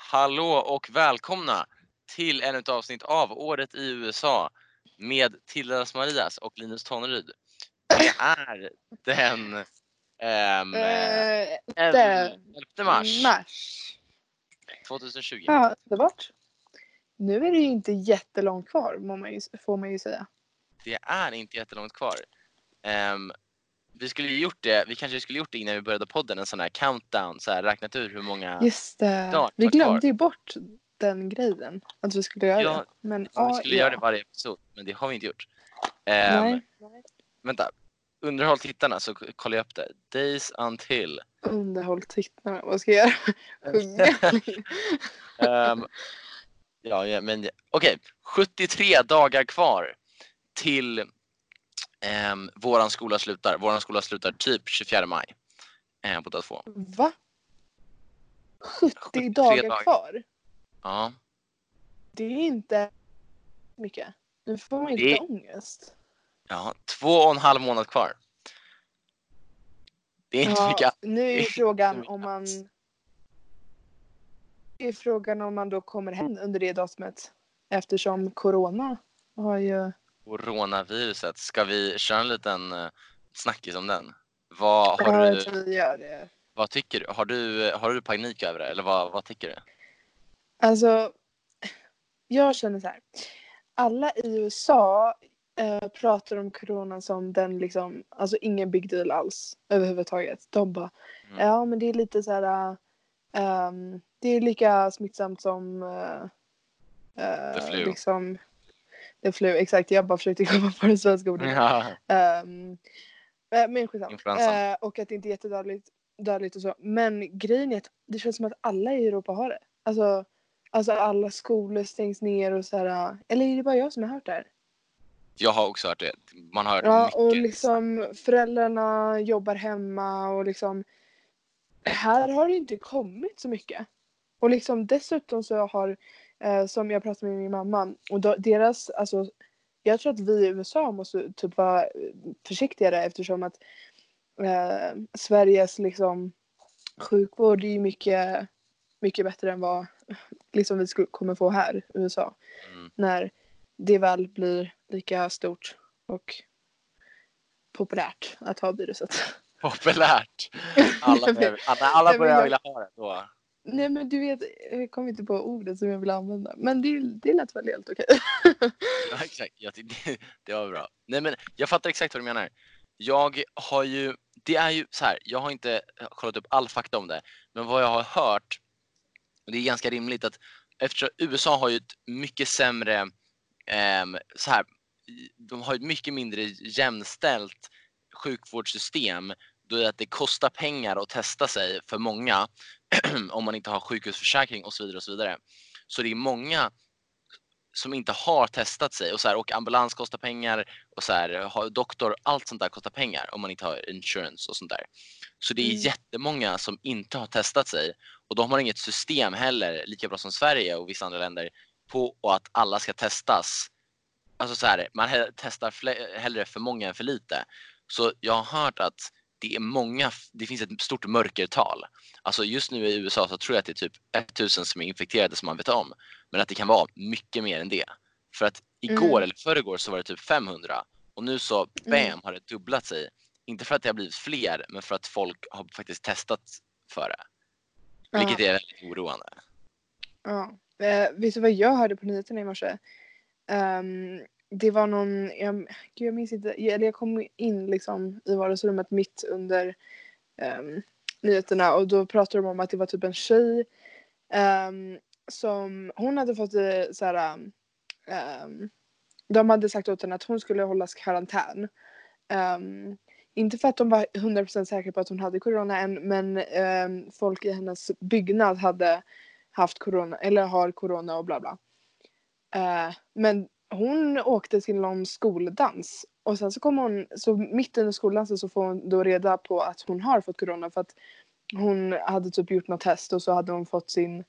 Hallå och välkomna till ännu ett avsnitt av Året i USA med Tildas Marias och Linus Tonneryd. Det är den 11 mars Mars. 2020. Ja, det vart. Nu är det ju inte jättelångt kvar, får man ju säga. Det är inte jättelångt kvar. Vi kanske skulle gjort det innan vi började podden, en sån här countdown, så här, räknat ut hur många Just det. dagar Vi var kvar. glömde ju bort den grejen. Att vi skulle göra det. Men vi skulle göra det varje episod, men det har vi inte gjort. Nej. Vänta, underhåll tittarna så kollar jag upp det. Days until. Underhåll tittarna. Vad ska jag göra? Sjunga? Men okej. 73 dagar kvar till våran skola slutar. Våran skola slutar typ 24 maj. På dag 2. Va? 70 dagar kvar? Ja. Det är inte mycket. Nu får man inte ångest. Ja, 2,5 månad kvar. Det är inte mycket. Nu är frågan om man då kommer hem under det datumet. Eftersom corona har ju... Coronaviruset. Ska vi köra en liten snackis om den? Jag tror vi gör det. Vad tycker du? Har du panik över det? Eller vad tycker du? Alltså, jag känner så här. Alla i USA pratar om corona som den liksom, alltså ingen big deal alls överhuvudtaget. De bara, ja men det är lite så här, det är lika smittsamt som the flu. Liksom, the flu, exakt. Jag bara försökte komma på det svenska ordet. Ja. Men skitsamma. Och att det inte är jättedödligt och så. Men grejen är att det känns som att alla i Europa har det. Alltså alla skolor stängs ner och så här. Eller är det bara jag som har hört det här? Jag har också hört det. Man har hört mycket. Och liksom föräldrarna jobbar hemma och liksom här har det inte kommit så mycket. Och liksom dessutom så har som jag pratade med min mamma och deras, alltså jag tror att vi i USA måste typ vara försiktigare eftersom att Sveriges liksom sjukvård är mycket mycket bättre än vad liksom vi kommer få här i USA. När det väl blir lika stort och populärt att ha viruset. Populärt? Alla börjar vilja ha det då. Nej men du vet, jag kommer inte på ordet som jag vill använda. Men det lät väl helt okej. Ja exakt, det var bra. Nej men jag fattar exakt vad du menar. Det är ju så här, jag har inte kollat upp all fakta om det. Men vad jag har hört, och det är ganska rimligt att eftersom USA har ju ett mycket sämre så här, de har ett mycket mindre jämställt sjukvårdssystem då är att det kostar pengar att testa sig för många om man inte har sjukhusförsäkring och så vidare och så vidare. Så det är många som inte har testat sig och så här, och ambulans kostar pengar och så här, har doktor, allt sånt där kostar pengar om man inte har insurance och sånt där. Så det är jättemånga som inte har testat sig och de har inget system heller, lika bra som Sverige och vissa andra länder, på att alla ska testas. Alltså så här, man testar hellre för många än för lite. Så jag har hört att det finns ett stort mörkertal. Alltså just nu i USA så tror jag att det är typ 1000 som är infekterade som man vet om. Men att det kan vara mycket mer än det. För att igår eller förrgår så var det typ 500. Och nu så bam har det dubblat sig. Inte för att det har blivit fler, men för att folk har faktiskt testat för det. Vilket är väldigt oroande. Ja. Vet du vad jag hörde på nyheterna i morse? Det var någon, jag minns inte, eller jag kom in liksom i vardagsrummet mitt under nyheterna och då pratade de om att det var typ en tjej som hon hade fått så här, de hade sagt åt henne att hon skulle hållas karantän. Inte för att de var 100% säkra på att hon hade corona än, men folk i hennes byggnad hade haft corona eller har corona och bla bla. Men hon åkte till någon skoldans och sen så kom hon, så mitt under skoldansen så får hon då reda på att hon har fått corona för att hon hade typ gjort något test och så hade hon fått sin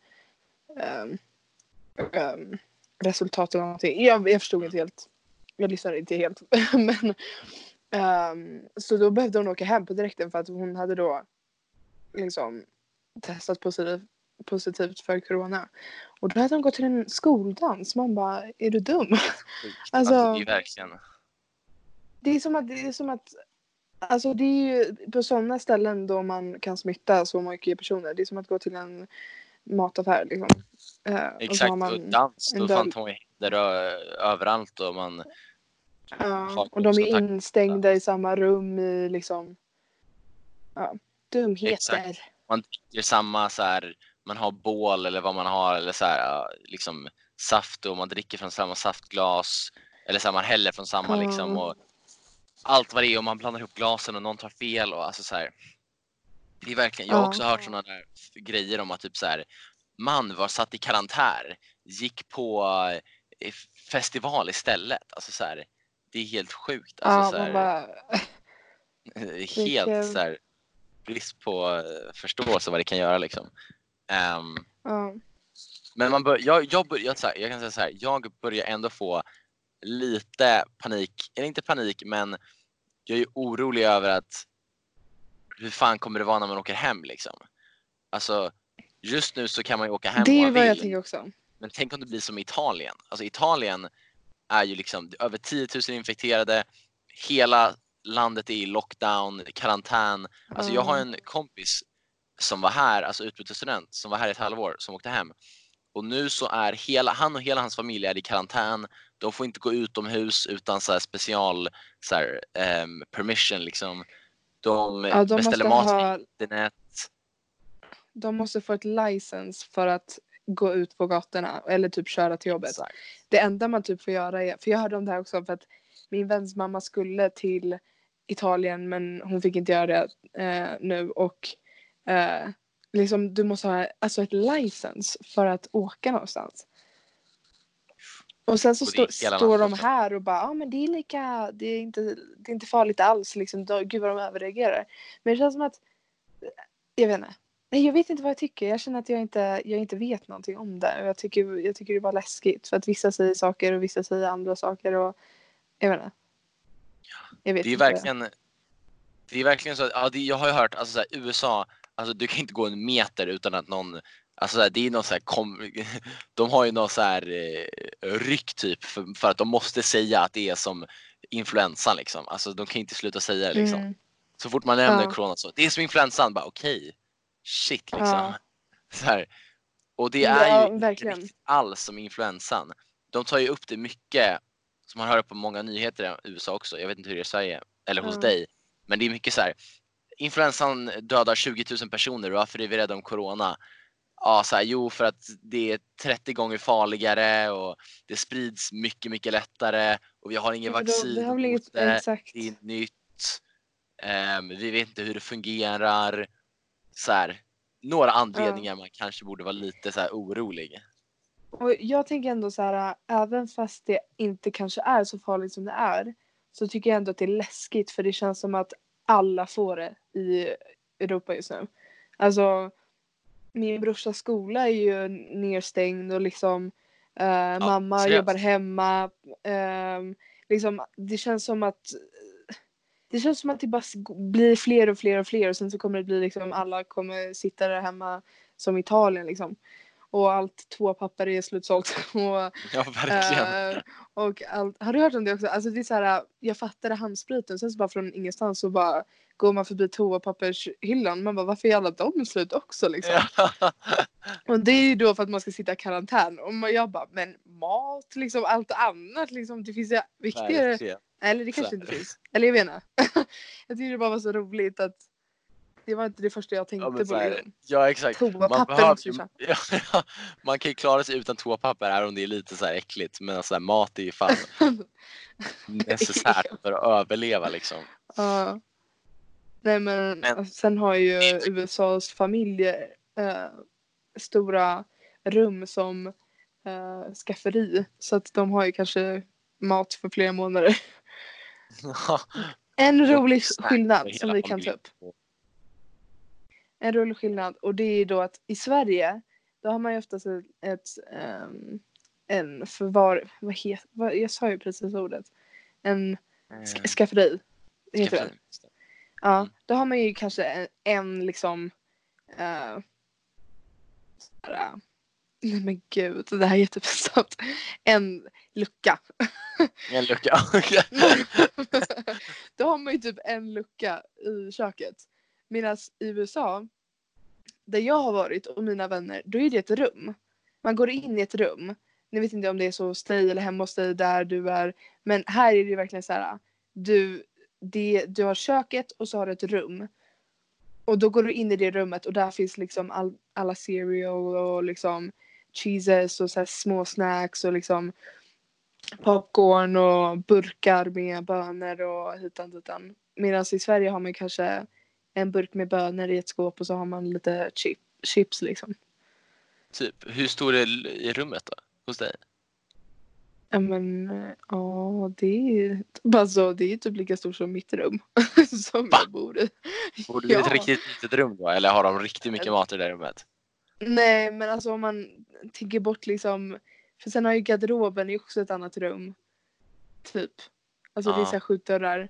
resultat eller någonting. Jag förstod inte helt. Jag lyssnade inte helt. Men så då behövde hon åka hem på direkten för att hon hade då liksom testat positivt för corona. Och då hade de gått till en skoldans. Man bara, är du dum? Sjukt. Alltså, Alltså, det är verkligen... det är som att alltså det är ju på sådana ställen då man kan smitta så mycket personer. Det är som att gå till en mataffär liksom. Och så har Exakt, och man dans, en då fan dörr. tar man händer överallt och man Ja, har och de är kroppskontakt. instängda i samma rum i liksom, ja, Exakt. dumheter. Man dricker samma så här, man har bål eller vad man har eller så här, ja, liksom saft och man dricker från samma saftglas eller så här, man häller från samma liksom och allt vad det är och man blandar ihop glasen och någon tar fel och alltså så här. Det är verkligen, jag har också hört sådana där grejer om att typ så här, man var satt i karantän, gick på festival istället. Alltså så här, det är helt sjukt. Alltså så Man här, bara, helt så här, brist på förståelse vad det kan göra liksom. ja. Men jag kan säga så här, jag börjar ändå få lite panik, eller inte panik, men jag är orolig över att hur fan kommer det vara när man åker hem liksom. Alltså just nu så kan man ju åka hem Det om är man ju vad jag vill. tänker också. Men tänk om det blir som Italien. Alltså Italien är ju liksom över 10 000 infekterade. Hela landet är i lockdown, karantän. Alltså jag har en kompis som var här, alltså utbytesstudent, som var här i ett halvår, som åkte hem. Och nu så är han och hela hans familj är i karantän. De får inte gå utomhus utan så här special så här, permission liksom. De De beställer måste mat på ha, internet. de måste få ett license för att gå ut på gatorna eller typ köra till jobbet. Exakt. Det enda man typ får göra är, för jag hörde om det här också för att min väns mamma skulle till Italien men hon fick inte göra det nu och liksom du måste ha alltså ett license för att åka någonstans. Och sen så Och det är hela står de landet. här och bara, men det är lika, det är inte farligt alls liksom, gud vad de överreagerar. Men det känns som att, jag vet inte. Nej, jag vet inte vad jag tycker. Jag känner att jag inte vet någonting om det. Och jag tycker det är bara läskigt. För att vissa säger saker och vissa säger andra saker. Och jag vet inte. Jag vet Det är inte. verkligen så att, ja, jag har ju hört, alltså så här, USA, alltså du kan inte gå en meter utan att någon, alltså så här, det är någon så här, de har ju någon så här ryck typ för att de måste säga att det är som influensan liksom. Alltså de kan inte sluta säga det liksom. Så fort man nämner corona så, det är som influensan, bara okej. Shit liksom. Ja. Så här. Och det är ju inte riktigt alls som influensan. De tar ju upp det mycket, som man hör på många nyheter i USA också. Jag vet inte hur det är i Sverige eller hos dig. Men det är mycket så här, influensan dödar 20 000 personer, varför är vi rädda om corona? Ja, så här, jo, för att det är 30 gånger farligare och det sprids mycket, mycket lättare och vi har ingen vaccin mot det. Exakt. Det är nytt. Vi vet inte hur det fungerar. Så här, några anledningar man kanske borde vara lite så här orolig. Och jag tänker ändå så här, även fast det inte kanske är så farligt som det är, så tycker jag ändå att det är läskigt för det känns som att alla får det i Europa just nu. Alltså, min brorsas skola är ju nedstängd och liksom mamma seriöst? jobbar hemma. Liksom, det känns som att det bara blir fler och fler och fler och sen så kommer det bli liksom alla kommer sitta där hemma som Italien liksom. Och allt toapapper är slutsålt. Ja, verkligen. Och allt. Har du hört om det också? Alltså det är så här, jag fattade handspriten. Sen så bara från ingenstans så bara går man förbi toapappershyllan. Man bara, varför är alla de slut också liksom? Ja. Och det är ju då för att man ska sitta i karantän. Och jag bara, men mat liksom, allt annat liksom. Det finns ju viktigare. Verkligen. Eller det kanske inte finns. Eller jag vet inte. Jag tyckte det bara var så roligt att det var inte det första jag tänkte på. Liksom. Ja, exakt. Toapapper måste ju ja, man kan ju klara sig utan toapapper även om det är lite så här äckligt. Men så här, mat är ju fan necessärt för att överleva liksom. Ja. Nej men sen har ju USAs familjer stora rum som skafferi. Så att de har ju kanske mat för flera månader. En rolig skillnad som vi kan ta upp. En rolig skillnad och det är då att i Sverige då har man ju oftast en förvar, jag sa ju precis ordet, en skafferi heter det. Ja, då har man ju kanske en liksom Nej men gud, det här är jättepinsamt. En lucka. En lucka. Då har man ju typ en lucka i köket. Medan i USA, där jag har varit och mina vänner, då är det ett rum. Man går in i ett rum. Ni vet inte om det är så hos dig eller hemma hos dig där du är. Men här är det verkligen så här. Du har köket och så har du ett rum. Och då går du in i det rummet och där finns liksom alla cereal och liksom cheeses och så här små snacks och liksom popcorn och burkar med bönor och hitan. Medan i Sverige har man kanske en burk med bönor i ett skåp och så har man lite chips liksom. Typ, hur stor är i rummet då? Hos dig? Ja men, ja det är alltså, det är typ lika stort som mitt rum som Va? jag bor i. Bor du i ett Ja. riktigt litet rum då? Eller har de riktigt mycket mat i det där rummet? Nej men alltså om man tänker bort liksom, för sen har ju garderoben ju också ett annat rum. Typ. Alltså det är så här 7 dörrar.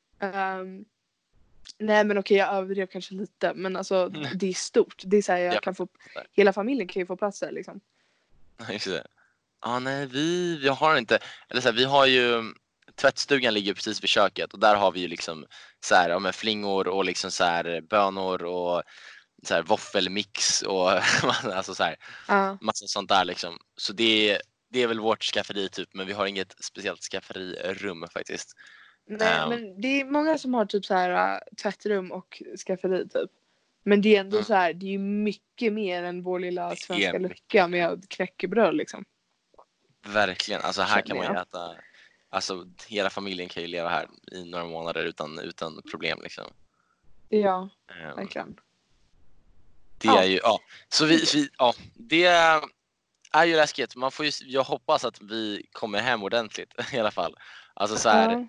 Nej men okej, jag överdrev kanske lite. Men alltså det är stort. Det är så här, jag kan få, hela familjen kan ju få plats där liksom. Just det. Ja, nej, vi har inte, eller så här, vi har ju, tvättstugan ligger precis vid köket och där har vi ju liksom så här, ja, med flingor och liksom så här bönor och så här våffelmix och alltså så här massa sånt där liksom. Så det är väl vårt skafferi typ, men vi har inget speciellt skafferirum faktiskt. Nej men det är många som har typ så här tvättrum och skafferi typ. Men det är ändå så här, det är ju mycket mer än vår lilla svenska lucka med knäckebröd liksom. Verkligen, alltså här kan man ju jag. äta, alltså hela familjen kan ju leva här i några månader utan problem liksom. Ja, verkligen. Det är ju, ja, så ja, det är ju läskigt. Man får ju, jag hoppas att vi kommer hem ordentligt i alla fall. Alltså så här,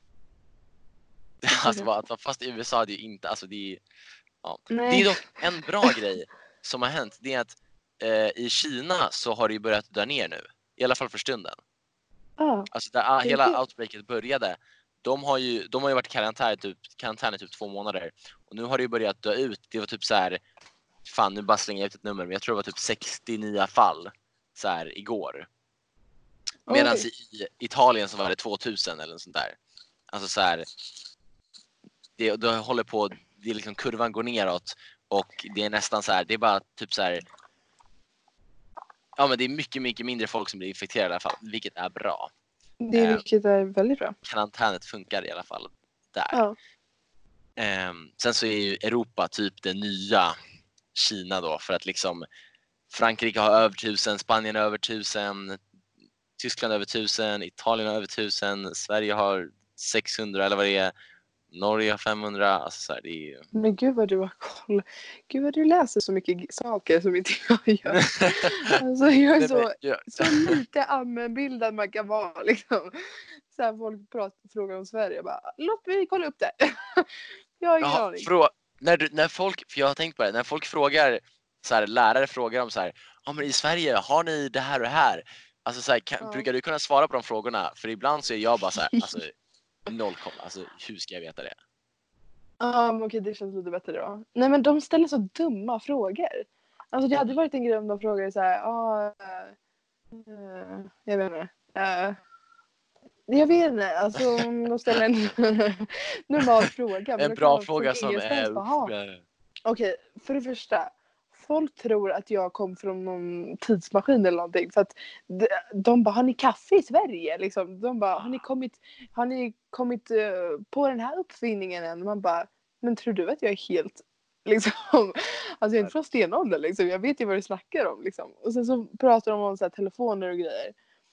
alltså, att vara fast i USA, det är ju inte, alltså det är, ja. Det är dock en bra grej som har hänt, det är att i Kina så har det ju börjat dö ner nu, i alla fall för stunden. Alltså där hela outbreaket började, de har ju varit karantän i typ 2 månader och nu har det ju börjat dö ut. Det var typ så här, fan nu bara slänger jag ut ett nummer, men jag tror det var typ 69 fall så här igår. Medan i Italien så var det 2000 eller något sånt där. Alltså så här, det håller på, det är liksom, kurvan går neråt och det är nästan så här, det är bara typ så här, ja men det är mycket mindre folk som blir infekterade i alla fall, vilket är bra. Vilket är väldigt bra. Karantänet funkar i alla fall där. Sen så är ju Europa typ det nya Kina då, för att liksom Frankrike har över 1000, Spanien över 1000, Tyskland över 1000, Italien över 1000, Sverige har 600 eller vad det är, Norge har 500, alltså så här, det är ju... Men gud vad du har koll. Gud vad du läser så mycket saker som inte jag gör. Alltså jag är så lite allmänbildad man kan vara liksom. Så här, folk frågar om Sverige, jag bara, låt mig kolla upp det. Jag har ingen aning. När folk, för jag har tänkt på det, när folk frågar så här, lärare frågar om så här, ja men i Sverige har ni det här och det här, alltså så här, brukar du kunna svara på de frågorna? För ibland så är jag bara så här, alltså noll koll, alltså hur ska jag veta det? Okej, det känns lite bättre då. Nej men de ställer så dumma frågor. Alltså det hade varit en grej om de frågade så här, jag vet inte. Jag vet inte, alltså om de ställer en normal fråga. En bra fråga som är... Okej, för det första. Folk tror att jag kom från någon tidsmaskin eller någonting. För att de bara, har ni kaffe i Sverige? Liksom, de bara, har ni kommit på den här uppfinningen än? Man bara, men tror du att jag är helt... Liksom, alltså jag är inte från stenåldern liksom. Jag vet ju vad du snackar om liksom. Och sen så pratar de om så här, telefoner och grejer.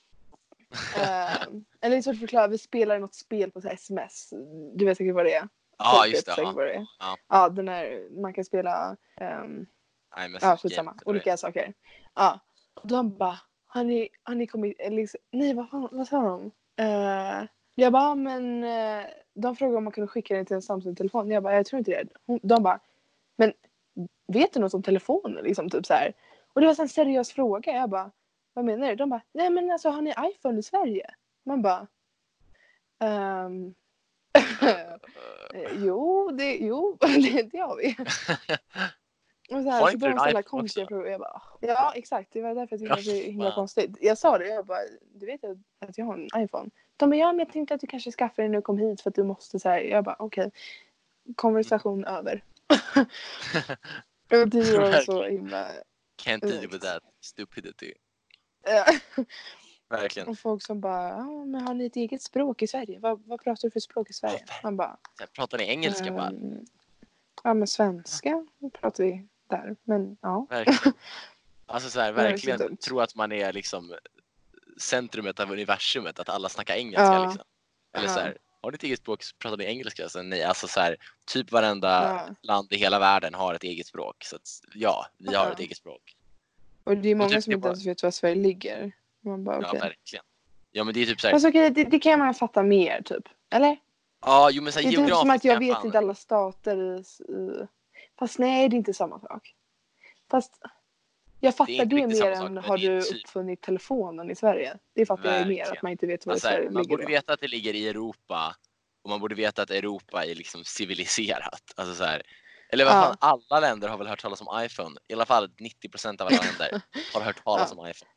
Eller det är svårt att förklara. Vi spelar något spel på så här sms. Du vet säkert vad det är. Ja, just det. Ja, den här, man kan spela skitsamma. Olika saker. Ja. Och de bara, har ni kommit, liksom, nej vad sa de? Jag bara, men de frågade om man kunde skicka den till en Samsung-telefon. Jag bara, jag tror inte det. De bara, men vet du något om telefoner? Liksom, typ så här. Och det var en seriös fråga. Jag bara, vad menar du? De bara, nej men alltså har ni iPhone i Sverige? Man bara, jo, det har vi. Och Har så inte du började de en ställa iPhone konstiga också? frågor. Jag bara, ja exakt, det var därför jag tyckte Ja, att det var himla fan. konstigt. Jag sa det, jag bara, du vet att jag har en iPhone. De bara, ja men jag tänkte att du kanske skaffade den när du kom hit för att du måste så här. Jag bara, okej. Konversation över. Och det var så Verkligen. himla Can't deal with unikt. that stupidity. Verkligen. Och folk som bara, ja men har ni ett eget språk i Sverige? Vad pratar du för språk i Sverige? Man bara, Sen pratar ni engelska bara. ja men svenska pratar vi där. Men ja. Verkligen. Alltså så här, Det var så verkligen dumt. tro att man är liksom centrumet av universumet, att alla snackar engelska Ja. liksom. Eller så Ja. här, har ni ett eget språk så pratar ni engelska. Så nej, alltså så här, typ varenda Ja. land i hela världen har ett eget språk. Så att, ja, vi har Ja. ett eget språk. Och det är många typ som det inte var- ens vet var Sverige ligger. Man bara Ja, okej. verkligen. Ja, men det är typ så här, Fast okej, det kan man fatta mer typ. Eller? ja, jo men så Det här, är typ som att geografiskt jag kan vet fan. inte alla stater i... Fast nej, det är inte samma sak. Fast jag Det är fattar inte det riktigt mer samma sak, än men har det är du typ uppfunnit telefonen i Sverige. Det fattar jag ju mer, att verkligen. man inte vet var Alltså, här, Sverige man ligger borde då. veta att det ligger i Europa och man borde veta att Europa är liksom civiliserat. Alltså så här, eller vad fan, alla länder har väl hört talas om iPhone. I alla fall 90% av alla länder har hört talas om iPhone.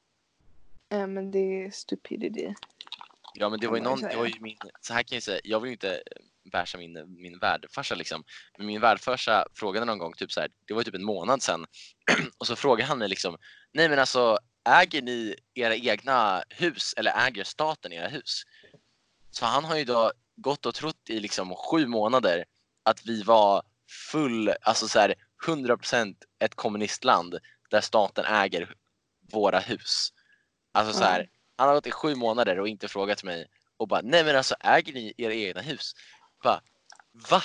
Men det är stupidity. Ja, men det kan var ju man ju någon, det säga. var ju min, så här kan jag säga, jag vill ju inte bärsa min värdfarsa liksom. Men min värdfarsa frågade någon gång typ så här, det var ju typ en månad sedan. Och så frågade han mig liksom, nej men alltså, äger ni era egna hus eller äger staten era hus? Så han har ju då gått och trott i liksom 7 månader att vi var alltså så här 100% ett kommunistland där staten äger våra hus. Alltså så här, han har gått i 7 månader och inte frågat mig och bara, nej men alltså äger ni era egna hus? Bara, va?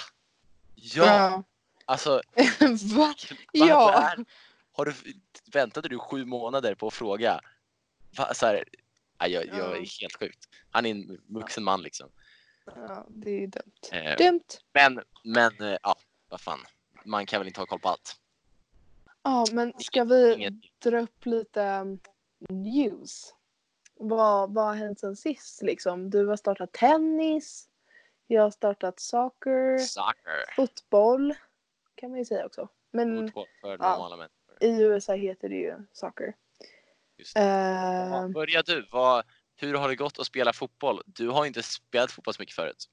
Ja! Alltså, Va? vad Ja! väntade du 7 månader på att fråga? Va? Så här, nej, jag är helt sjukt. Han är en vuxen man liksom. Ja, det är dumt. Dumt! Men ja, vad fan. Man kan väl inte ha koll på allt. Ja, men ska vi Inget. dra upp lite news? Vad har hänt sen sist liksom? Du har startat tennis. Jag har startat soccer. Fotboll kan man ju säga också. Men Fotboll för normala människor. i USA heter det ju soccer. Just börja du. Hur har det gått att spela fotboll? Du har inte spelat fotboll så mycket förut.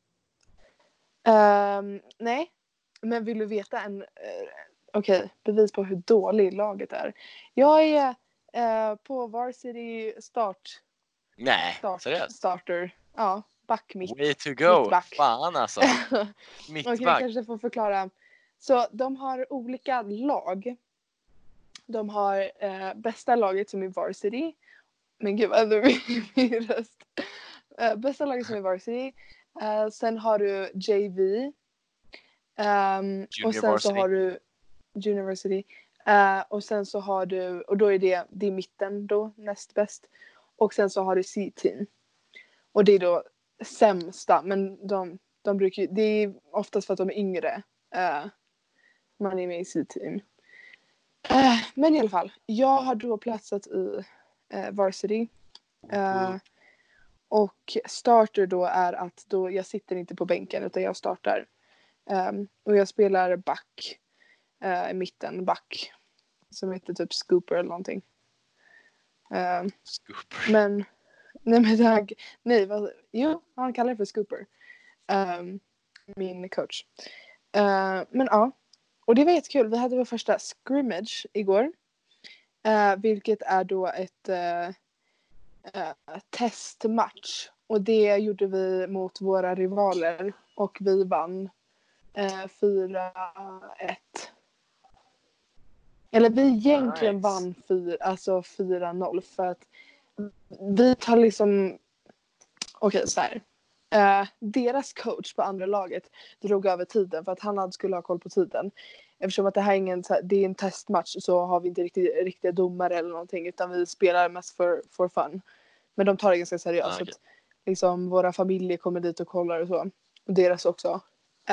Nej, men vill du veta bevis på hur dålig laget är? Jag är på varsity Seriöst? starter. Ja, back mitt. Way to go! Mittback. Fan alltså. Mittback. Okej, jag kanske får förklara. Så de har olika lag. De har bästa laget som är varsity. Men gud vad min röst. Bästa laget som är varsity. Sen har du JV. Och sen så har du University. Och sen så har du, och då är det mitten då, näst bäst. Och sen så har du C-team. Och det är då sämsta, men de brukar, det är oftast för att de är yngre. Man är med i C-team. Men i alla fall, jag har då platsat i varsity. Och starter då är att då jag sitter inte på bänken utan jag startar. Och jag spelar back. I mitten back. Som heter typ Scooper eller någonting. Scooper. Men han kallar det för Scooper. Min coach. Men ja. Och det var jättekul. Vi hade vår första scrimmage igår. Vilket är då ett testmatch. Och det gjorde vi mot våra rivaler. Och vi vann 4-1. Eller vi egentligen vann 4-0. För att vi tar liksom... Okej, så här. Deras coach på andra laget drog över tiden för att han skulle ha koll på tiden. Eftersom att det här det är en testmatch så har vi inte riktiga domare eller någonting. Utan vi spelar mest for fun. Men de tar det ganska seriöst. Okay. Så att, liksom, våra familjer kommer dit och kollar och så. Och deras också.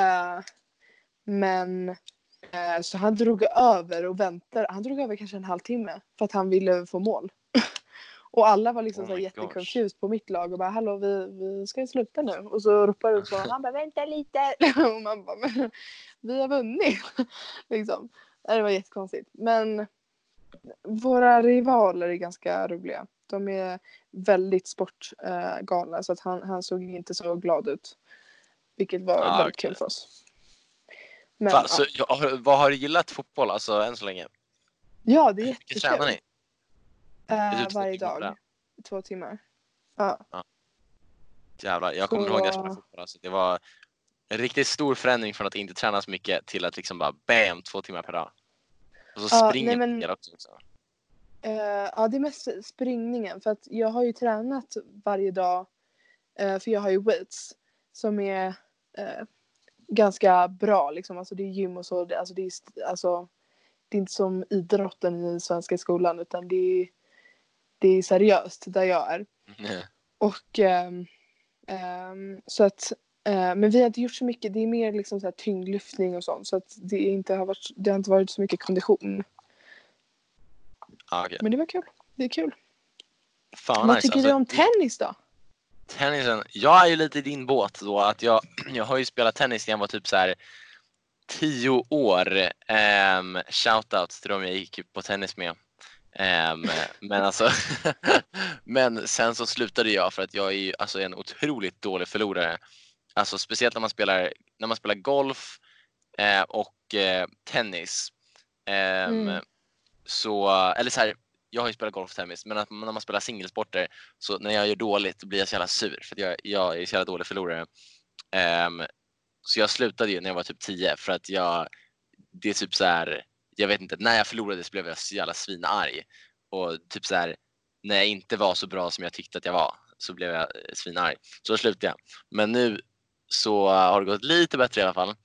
Men så han drog över och väntade. Han drog över kanske en halvtimme. För att han ville få mål. Och alla var liksom så jätteconfused på mitt lag. Och bara, hallå vi ska ju sluta nu. Och så ropar ut så. Han bara, vänta lite. Och man bara, men vi har vunnit. Liksom. Det var jättekonstigt. Men våra rivaler är ganska roliga. De är väldigt sportgalna så att han såg inte så glad ut. Vilket var väldigt kul för oss. Men, Va, så, vad har du gillat fotboll alltså än så länge? Ja, det är Hur mycket tränar jättekul. ni? Det är typ 2 Varje timmar per dag. dag. 2 timmar. Ja. Jävlar, jag Så- kommer ihåg när jag spelade fotboll. Alltså, det var en riktigt stor förändring från att inte träna så mycket till att liksom bara bam, 2 timmar per dag. Och så springer nej, en men- del också. Ja, det är mest springningen. För att jag har ju tränat varje dag. För jag har ju weights. Som är ganska bra liksom. Alltså det är gym och så. Alltså det är inte som idrotten i svenska skolan. Utan det är seriöst där jag är. Mm. Och så att men vi har inte gjort så mycket. Det är mer liksom så här tyngdlyftning och sånt. Så att det har inte varit så mycket kondition. Okay. Men det var kul. Det är kul. Fan, Vad nice. tycker du om tennis då? Tennisen, jag är ju lite i din båt då. Att jag har ju spelat tennis när jag var typ så här 10 år. Shoutout till dem jag gick på tennis med. Men alltså men sen så slutade jag för att jag är ju alltså en otroligt dålig förlorare. Alltså speciellt när man spelar golf och tennis. Så eller så här, jag har ju spelat golf och tennis, men att när man spelar singelsporter så när jag gör dåligt då blir jag så jävla sur för att jag är så jävla dålig förlorare. Så jag slutade ju när jag var typ 10 för att det är typ så här, jag vet inte, när jag förlorade så blev jag så jävla svinarg. Och typ så här, när jag inte var så bra som jag tyckte att jag var så blev jag svinarg. Så då slutade jag. Men nu så har det gått lite bättre i alla fall.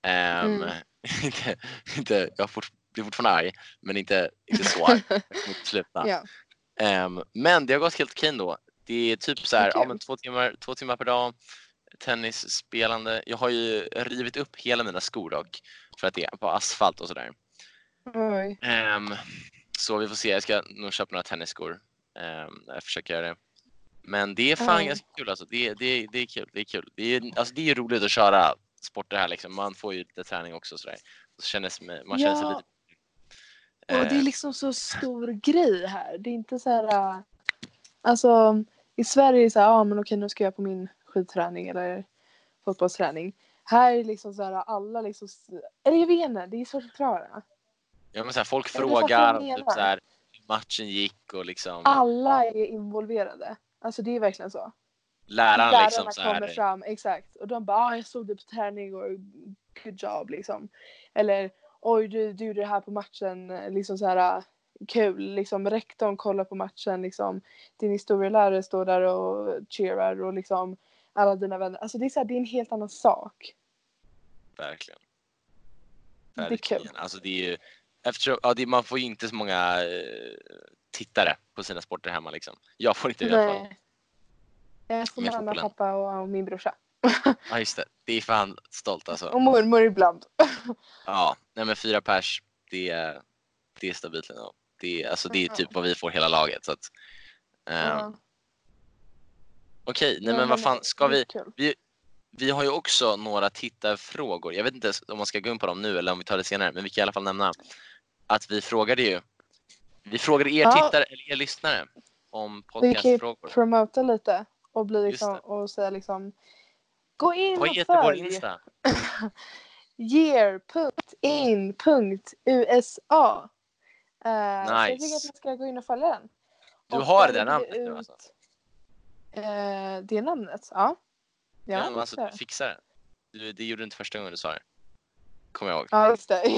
Inte, jag blir fortfarande arg, men inte så arg. Jag kommer inte sluta. Ja. Men det har gått helt okej då. Det är typ så här, Okay. ja, men 2 timmar per dag. Tennisspelande. Jag har ju rivit upp hela mina skor dock. För att det är på asfalt och sådär. Oj. Så vi får se, jag ska nog köpa några tennisskor. Jag försöker göra det. Men det är fan ganska kul alltså. Det är kul. Det är kul. Det är ju roligt att köra sporter här liksom. Man får ju lite träning också sådär. Så man känner sig lite. Och det är liksom så stor grej här. Det är inte så här. Alltså i Sverige är det så här, men okej, nu ska jag på min skidträning eller fotbollsträning. Här är liksom så här, alla liksom, eller jag vet inte, det är svårt att förklara. Ja, men så här, folk Eller frågar typ så här, hur matchen gick och liksom. Alla är involverade. Alltså det är verkligen så. Lärarna liksom så här. kommer fram, exakt. Och de bara, jag såg det på träning och good job liksom. Eller, oj du gjorde det här på matchen, liksom så här kul. Liksom rektorn kollar på matchen, liksom. Din historielärare står där och cheerar och liksom alla dina vänner. Alltså det är så här, det är en helt annan sak. Verkligen. Det är kul. Alltså det är ju, eftersom, man får ju inte så många tittare på sina sporter hemma liksom. Jag får inte det i alla fall. Jag får mamma, pappa och min brorsa. Ja just det, det är fan stolt alltså. Och mormor ibland. Ja, nej men 4 pers, det är stabilt ändå. Det är typ vad vi får hela laget så att. Okej, nej men vad fan ska vi har ju också några tittarfrågor. Jag vet inte om man ska gå in på dem nu eller om vi tar det senare, men vi kan i alla fall nämna att vi frågade er tittare eller er lyssnare om podcastfrågor. Vi kan promota lite och bli liksom och säga liksom gå in vad och heter vår Insta? year.in.usa. Nice. Så jag tycker att man ska gå in och följa den. Du har det namnet nu alltså? Det namnet, ja. Ja men alltså du fixar det. Det gjorde du inte första gången du sa det. Kommer jag ihåg. Ja, just det.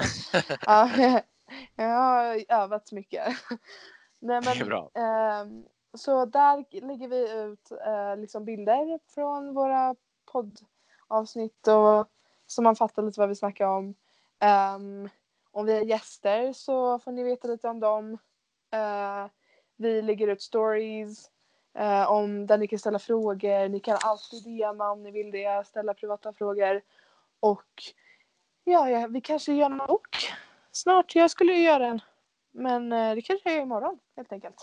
Jag har övat mycket. Nej, men, det är bra. Så där lägger vi ut liksom bilder från våra poddavsnitt och så man fattar lite vad vi snackar om. Om vi är gäster så får ni veta lite om dem. Vi lägger ut stories om där ni kan ställa frågor. Ni kan alltid DMa om ni vill det. Ställa privata frågor. Och ja, vi kanske gör en bok snart. Jag skulle ju göra en. Men det kanske jag gör imorgon helt enkelt.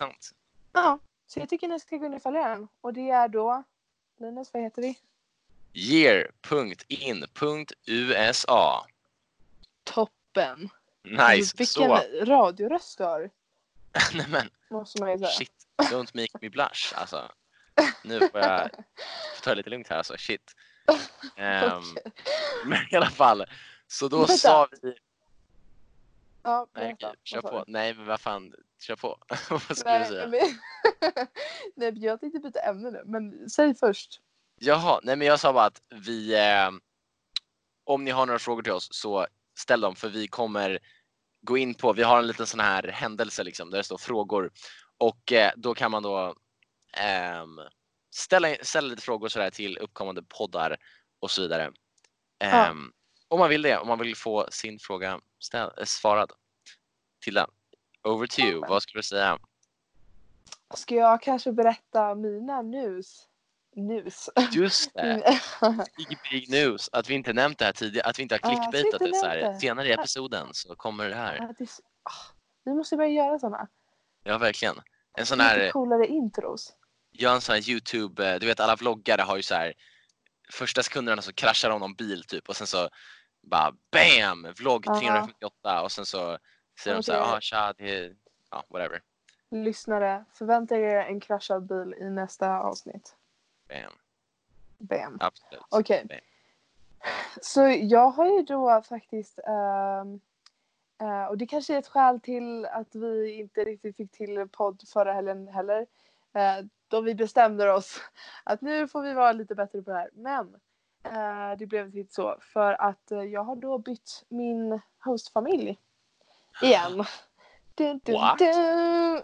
Intressant. Ja, så jag tycker ni ska gå in och följa den. Och det är då, Linus, vad heter vi? year.in.usa. Toppen. Nice. Alltså, vilken Så. radioröst du har. Nej men, Måste man ju säga. shit. Don't make me blush. Alltså, nu får jag ta det lite lugnt här. Alltså, shit. Okej. Men i alla fall. Så då Vänta. sa vi... Ja, Nej, berätta. kör Vad sa på. du? Nej, men vad fan. Kör på. Vad skulle du säga? Men... Nej, men jag tänkte byta ämne nu. Men säg först. Jaha, nej men jag sa bara att vi... om ni har några frågor till oss så ställ dem, för vi kommer gå in på... Vi har en liten sån här händelse liksom, där det står frågor. Och då kan man då ställa lite frågor sådär till uppkommande poddar och så vidare. Ja. Om man vill det, om man vill få sin fråga svarad till den. Over to you, vad skulle du säga? Ska jag kanske berätta mina news? Just det, big news. Att vi inte nämnt det här tidigare, att vi inte har clickbaitat det så här. Senare i episoden så kommer det här. Vi måste börja göra såna. Ja, verkligen. En sån Lite här, coolare intros. gör en sån här YouTube, du vet alla vloggare har ju så här, första sekunderna så kraschar de någon bil typ och sen så bara BAM! Vlogg 358 och sen så säger de så här, tja, det är, whatever. Lyssnare, förvänta er en kraschad bil i nästa avsnitt. Bam. Absolut. Okej. Bam. Så jag har ju då faktiskt och det kanske är ett skäl till att vi inte riktigt fick till podd förra helgen heller. Då vi bestämde oss att nu får vi vara lite bättre på det här. Men det blev inte så, för att jag har då bytt min hostfamilj igen. Dun, dun, What? dun.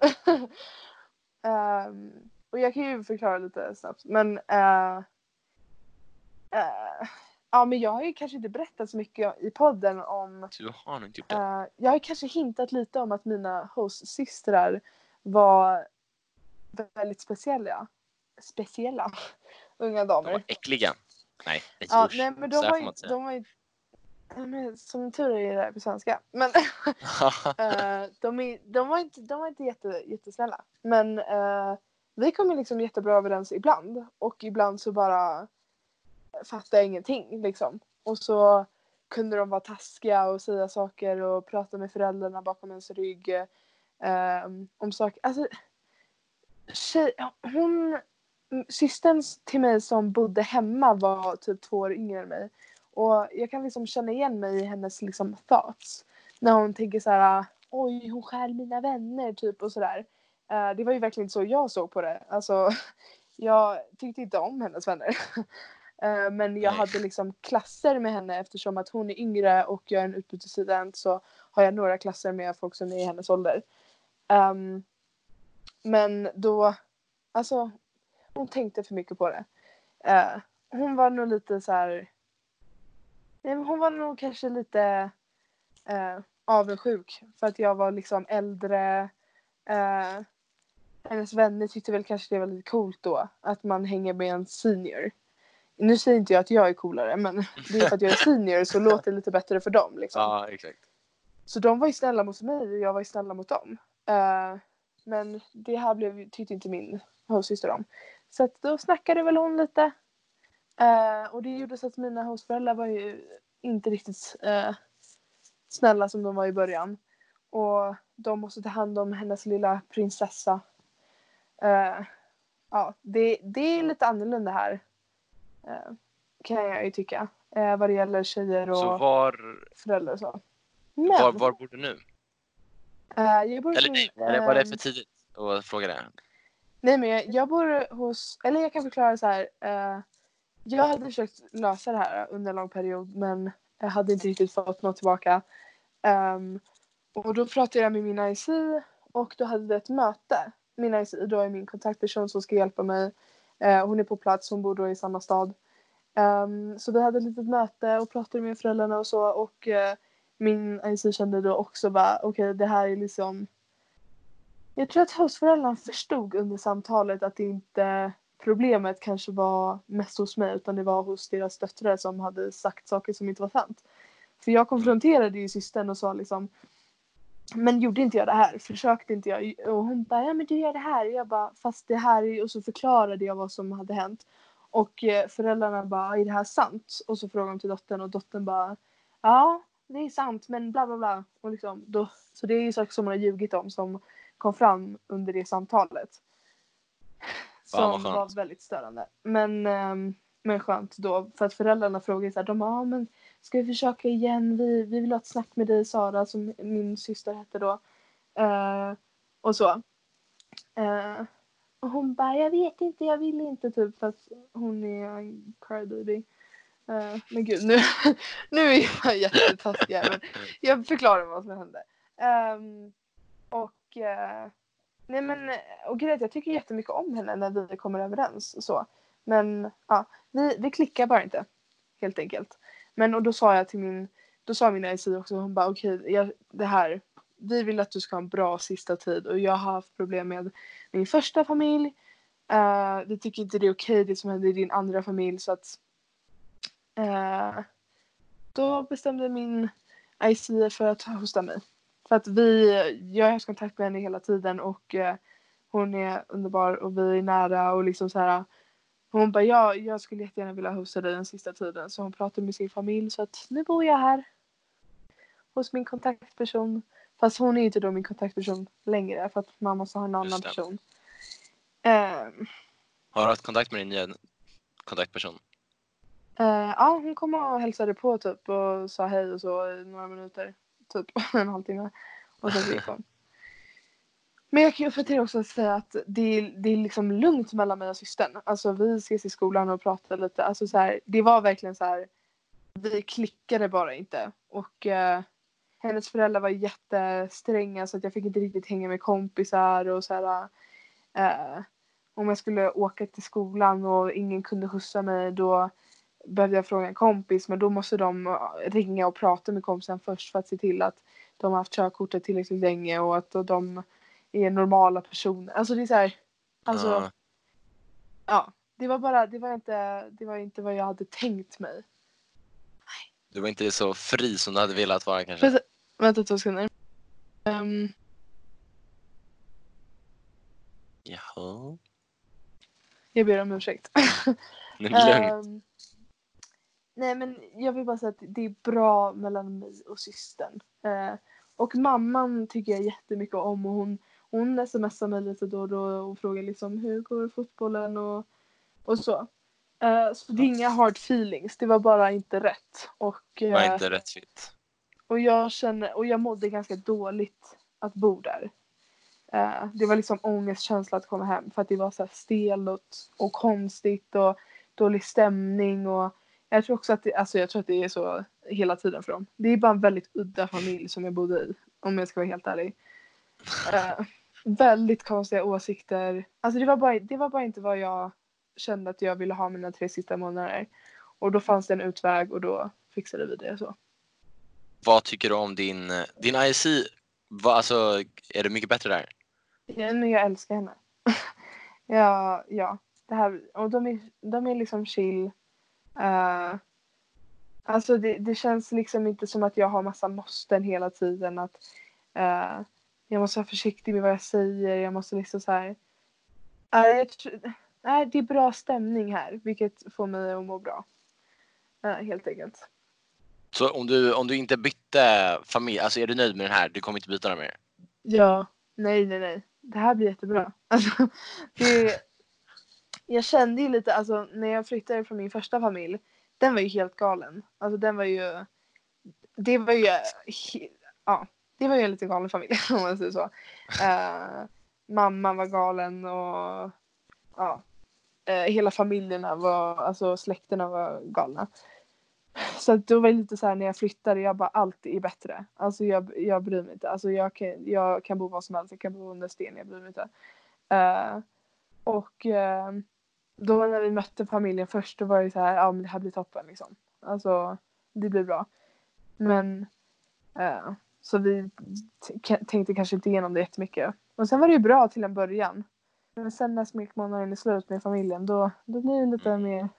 Och jag kan ju förklara lite snabbt. Men ja, men jag har ju kanske inte berättat så mycket i podden om... Du har inte gjort det. Jag har kanske hintat lite om att mina hostsystrar var väldigt speciella unga damer. De var äckliga. Nej, Ja, nej, men så här får man inte säga. de var ju som tur är det här på svenska. Men de var inte jättesnälla. Men vi kom ju liksom jättebra överens ibland. Och ibland så bara fattade jag ingenting liksom. Och så kunde de vara taskiga och säga saker och prata med föräldrarna bakom ens rygg om saker. Alltså, systern till mig som bodde hemma var typ 2 år yngre än mig. Och jag kan liksom känna igen mig i hennes liksom thoughts. När hon tänker så här: oj, hon skär mina vänner typ och sådär. Det var ju verkligen så jag såg på det. Alltså, jag tyckte inte om hennes vänner. Men jag hade liksom klasser med henne eftersom att hon är yngre och jag är en utbytesstudent, så har jag några klasser med folk som är i hennes ålder. Men då, alltså, hon tänkte för mycket på det. Hon var nog lite så här. Hon var nog kanske lite avundsjuk för att jag var liksom äldre. Hennes vänner tyckte väl kanske det var lite coolt då att man hänger med en senior. Nu säger inte jag att jag är coolare, men det är för att jag är senior så låter det lite bättre för dem liksom. Ja, exakt. Så de var ju snälla mot mig och jag var ju snälla mot dem. Men det här tyckte inte min hostsyster om. Så att då snackade väl hon lite. Och det gjorde så att mina hostföräldrar var ju inte riktigt snälla som de var i början. Och de måste ta hand om hennes lilla prinsessa. Ja, det är lite annorlunda här. Kan jag ju tycka. Vad det gäller tjejer och så föräldrar och så. Men, var bor du nu? Jag bor eller var det för tidigt att fråga det? Nej, men jag bor hos... Eller jag kan förklara så här. Jag hade försökt lösa det här under en lång period, men jag hade inte riktigt fått något tillbaka. Och då pratade jag med min IC och då hade det ett möte. Min IC då är min kontaktperson som ska hjälpa mig. Hon är på plats, hon bor då i samma stad. Så vi hade ett litet möte och pratade med föräldrarna och så. Och min IC kände då också bara, okej, det här är liksom... Jag tror att hostföräldrarna förstod under samtalet att det inte... Problemet kanske var mest hos mig, utan det var hos deras döttrar som hade sagt saker som inte var sant. För jag konfronterade ju systern och sa liksom, men gjorde inte jag det här? Försökte inte jag? Och hon bara, ja men du gör det här. Och jag bara, fast det här är... Och så förklarade jag vad som hade hänt. Och föräldrarna bara, är det här sant? Och så frågar de till dottern och dottern bara, ja det är sant men bla bla bla. Och liksom, då, så det är ju saker som man har ljugit om som kom fram under det samtalet. Fan vad Som var skönt. väldigt störande. Men skönt då. För att föräldrarna frågade så här, de bara, men ska vi försöka igen? Vi vill ha ett snack med dig Sara, som min syster hette då. Och så. Och hon bara, jag vet inte, jag vill inte typ. För att hon är en crybaby. Men gud, nu är jag jättetaskig här. Men jag förklarar vad som hände. Nej men, och grejen, jag tycker jättemycket om henne när vi kommer överens och så. Men ja, vi klickar bara inte. Helt enkelt. Men och då sa jag till då sa min IC också, hon bara okej, det här, vi vill att du ska ha en bra sista tid. Och jag har haft problem med min första familj. Vi tycker inte det är okej det som hände i din andra familj. Så att då bestämde min IC för att hosta mig. För att jag har haft kontakt med henne hela tiden och hon är underbar och vi är nära och liksom så här. Hon bara, jag skulle jättegärna vilja hosta dig den sista tiden. Så hon pratade med sin familj så att nu bor jag här. Hos min kontaktperson. Fast hon är inte då min kontaktperson längre för att man måste ha en annan person. Har du haft kontakt med din nya kontaktperson? Ja, hon kom och hälsade på typ och sa hej och så i några minuter. Typ en halvtimme. Och sen så gick hon. Men jag kan ju uppfatta också att säga att det är liksom lugnt mellan mig och systern. Alltså vi ses i skolan och pratar lite. Alltså så här, det var verkligen så här. Vi klickade bara inte. Och hennes föräldrar var jättestränga så att jag fick inte riktigt hänga med kompisar och så här. Om jag skulle åka till skolan och ingen kunde skjutsa mig då behövde jag fråga en kompis. Men då måste de ringa och prata med kompisen först för att se till att de har haft körkortet tillräckligt länge och att de är normala personer. Alltså det är så här, alltså ja, det var inte vad jag hade tänkt mig. Du var inte så fri som du hade velat vara kanske. Vänta 2 sekunder. Jaha. Jag ber om ursäkt. Det är lugnt. Nej men jag vill bara säga att det är bra mellan mig och systern. Och mamman tycker jag jättemycket om och hon smsar mig lite då och då och frågar liksom hur går fotbollen och så. Så det är inga hard feelings, det var bara inte rätt. Och, Det var inte rätt fit. och jag mådde ganska dåligt att bo där. Det var liksom ångestkänsla att komma hem för att det var så här stelt och konstigt och dålig stämning och jag tror också att jag tror att det är så hela tiden för dem. Det är bara en väldigt udda familj som jag bodde i, om jag ska vara helt ärlig. Väldigt konstiga åsikter. Alltså det var bara inte vad jag kände att jag ville ha mina 3 sista månader. Och då fanns det en utväg och då fixade vi det så. Vad tycker du om din IC? Alltså, är det mycket bättre där? Ja, men jag älskar henne. ja. Det här, och de är liksom chill. Alltså det känns liksom inte som att jag har massa måsten hela tiden. Att jag måste vara försiktig med vad jag säger. Jag måste liksom så här. Det är bra stämning här. Vilket får mig att må bra. Helt enkelt. Så om du inte bytte familj, alltså är du nöjd med den här? Du kommer inte byta den mer? Ja, nej. Det här blir jättebra. Alltså, jag kände ju lite, alltså när jag flyttade från min första familj, den var ju helt galen. Alltså det var ju en lite galen familj om man säger så. Mamman var galen och hela familjerna alltså släkterna var galna. Så då var det lite så här när jag flyttade, jag bara allt är bättre. Alltså jag bryr mig inte. Alltså jag kan bo var som helst, jag kan bo under sten, jag bryr mig inte. Då när vi mötte familjen först då var det så här, men det här blir toppen liksom. Alltså det blir bra. Men så vi tänkte kanske inte igenom det jättemycket. Och sen var det ju bra till en början. Men sen när smekmånaden är slut med familjen då blir det lite mer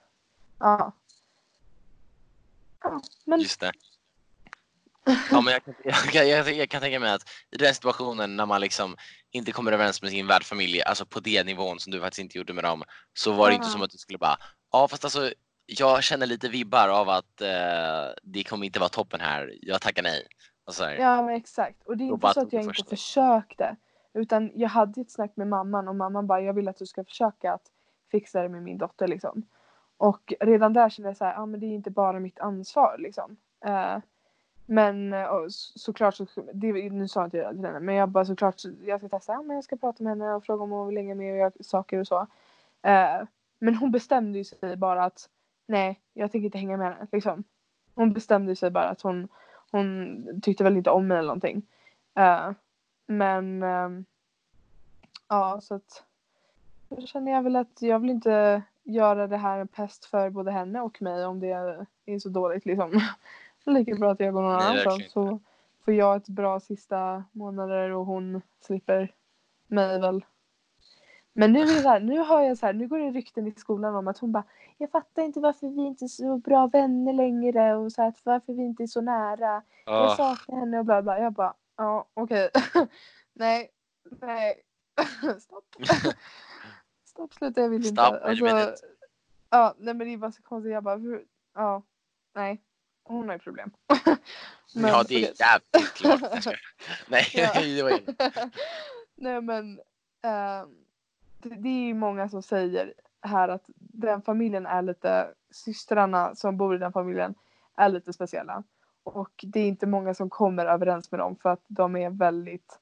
men Just det. Ja, men jag kan tänka mig att i den situationen när man liksom inte kommer överens med sin värdfamilj, alltså på det nivån som du faktiskt inte gjorde med dem, så var det inte som att du skulle bara Ja, fast alltså jag känner lite vibbar av att det kommer inte vara toppen här. Jag tackar nej. Alltså, här, Ja, men exakt. Och det är inte jobba så att tog det jag inte första. försökte. Utan jag hade ett snack med mamman och mamman bara, jag vill att du ska försöka att fixa det med min dotter liksom. Och redan där kände jag så här, ja men det är inte bara mitt ansvar liksom. Men såklart så, nu sa jag inte det till henne, men jag bara såklart, jag ska testa, ja, men jag ska prata med henne och fråga om hon vill hänga med och göra saker och så. Men hon bestämde ju sig bara att nej, jag tänker inte hänga med henne liksom. Hon bestämde sig bara att hon tyckte väl inte om mig eller någonting. Men ja, så att då känner jag väl att jag vill inte göra det här en pest för både henne och mig om det är så dåligt liksom. Det är lika bra att jag går någon Nej, annanstans verkligen inte. så får jag ett bra sista månader och hon slipper mig väl. Men nu är det så här, nu hör jag så här, nu går det rykten i skolan om att hon bara, jag fattar inte varför vi inte är så bra vänner längre och så här, varför vi inte är så nära. Jag Åh, saknar henne och bla bla. Jag bara, ja okej. Nej, stopp. Stopp, sluta, jag vill inte. stop, wait a Alltså, minute. ja, nej men det är bara så konstigt. Jag bara, ja, nej. Hon har ju problem. Ja, Men det är okej. jävligt klart. Jag skojar. Nej, Ja. det var inget. Nej men det är ju många som säger här att den familjen är lite, systrarna som bor i den familjen är lite speciella. Och det är inte många som kommer överens med dem för att de är väldigt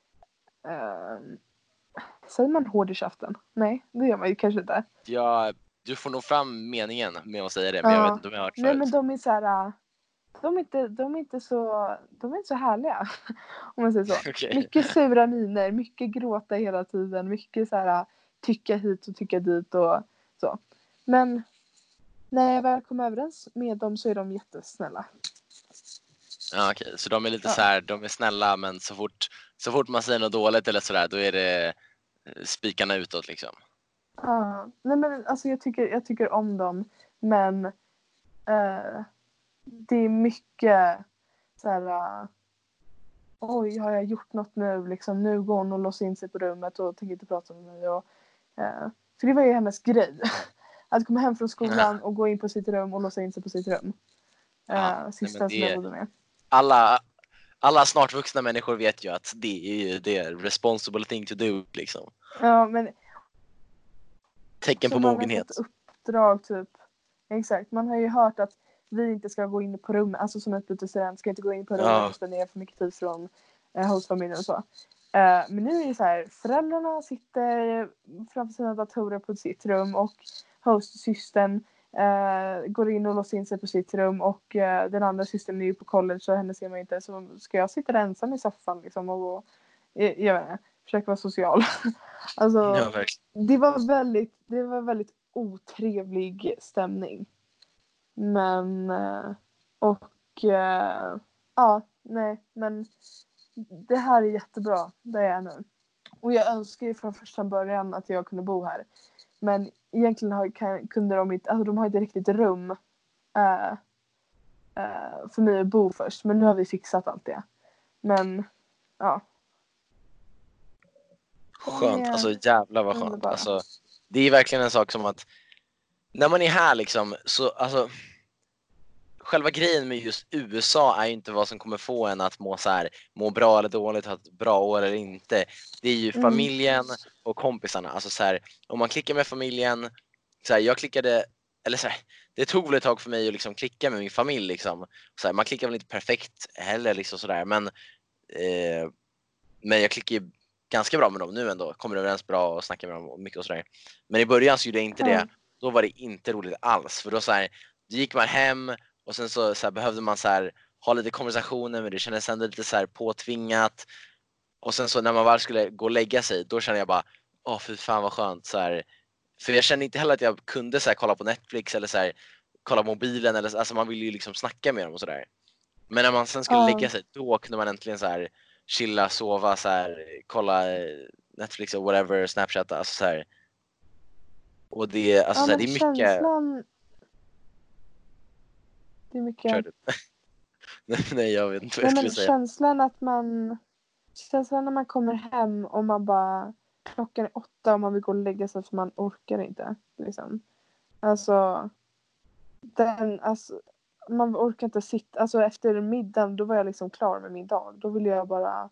säger man hård i käften? Nej, det gör man ju kanske inte. Ja, du får nog fram meningen med att säga det, men jag vet Ja. inte om jag har hört Nej men förut. de är så här, de är inte så härliga. Om man säger så. Okej. Mycket sura miner, mycket gråta hela tiden, mycket så här tycka hit och tycka dit och så. Men när jag väl kommer överens med dem så är de jättesnälla. Ja, okej. Så de är lite Ja. så här, de är snälla, men så fort man säger något dåligt eller sådär, då är det spikarna utåt liksom. Ja. Nej men alltså jag tycker om dem, men det är mycket så här. Oj, har jag gjort något nu? Liksom, nu går hon och låser in sig på rummet och tänker inte prata med mig. För det var ju hennes grej. Att komma hem från skolan och gå in på sitt rum och låsa in sig på sitt rum. Ja, nej, men Systern som jag bodde med. alla snart vuxna människor vet ju att det är ju det responsible thing to do liksom. Ja, men Tecken på så man har fått mogenhet. uppdrag typ. Exakt, man har ju hört att vi inte ska gå in på rummet, alltså som utbytesstudent ska inte gå in på rummet Ja. och spendera för mycket tid från hostfamiljen och så. Men nu är det så här, föräldrarna sitter framför sina datorer på sitt rum och hostsystern går in och låser in sig på sitt rum och den andra systern är ju på college så henne ser man inte, så ska jag sitta ensam i soffan liksom och jag vet inte, försöka vara social. Alltså Ja, verkligen. det var väldigt otrevlig stämning. Men ja, nej, men det här är jättebra, det är jag nu. Och jag önskar ju från första början att jag kunde bo här. Men egentligen kunde de inte, alltså de har inte riktigt rum för mig att bo först. Men nu har vi fixat allt det. Men ja. De Skönt, är alltså jävlar vad skönt. underbara. Alltså, det är verkligen en sak som att när man är här liksom, så alltså själva grejen med just USA är ju inte vad som kommer få en att må bra eller dåligt, ha ett bra år eller inte. Det är ju Mm. familjen och kompisarna. Alltså så här, om man klickar med familjen, så här, jag klickade, eller så här, det tog väl ett tag för mig att liksom klicka med min familj liksom. Så här, man klickar väl inte perfekt heller liksom sådär, men jag klickar ju ganska bra med dem nu ändå. Kommer överens bra och snackar med dem mycket och sådär. Men i början så gjorde jag inte det. Då var det inte roligt alls. För då då gick man hem och sen så behövde man ha lite konversationer, men det kändes ändå lite påtvingat. Och sen så när man väl skulle gå och lägga sig, då kände jag bara, åh fy fan vad skönt. För jag kände inte heller att jag kunde kolla på Netflix eller kolla på mobilen. Eller, alltså man ville ju liksom snacka med dem och sådär. Men när man sen skulle lägga sig, då kunde man äntligen chilla, sova, kolla Netflix och whatever, Snapchat, alltså och det, alltså Ja, det men är mycket. känslan. Det är mycket. Kör du? Nej, jag vet inte vad Nej, jag skulle men säga. känslan när man kommer hem och man bara klockan är 8 och man vill gå och lägga sig för man orkar inte liksom. Alltså, man orkar inte sitta. Alltså efter middagen, då var jag liksom klar med min dag. Då ville jag bara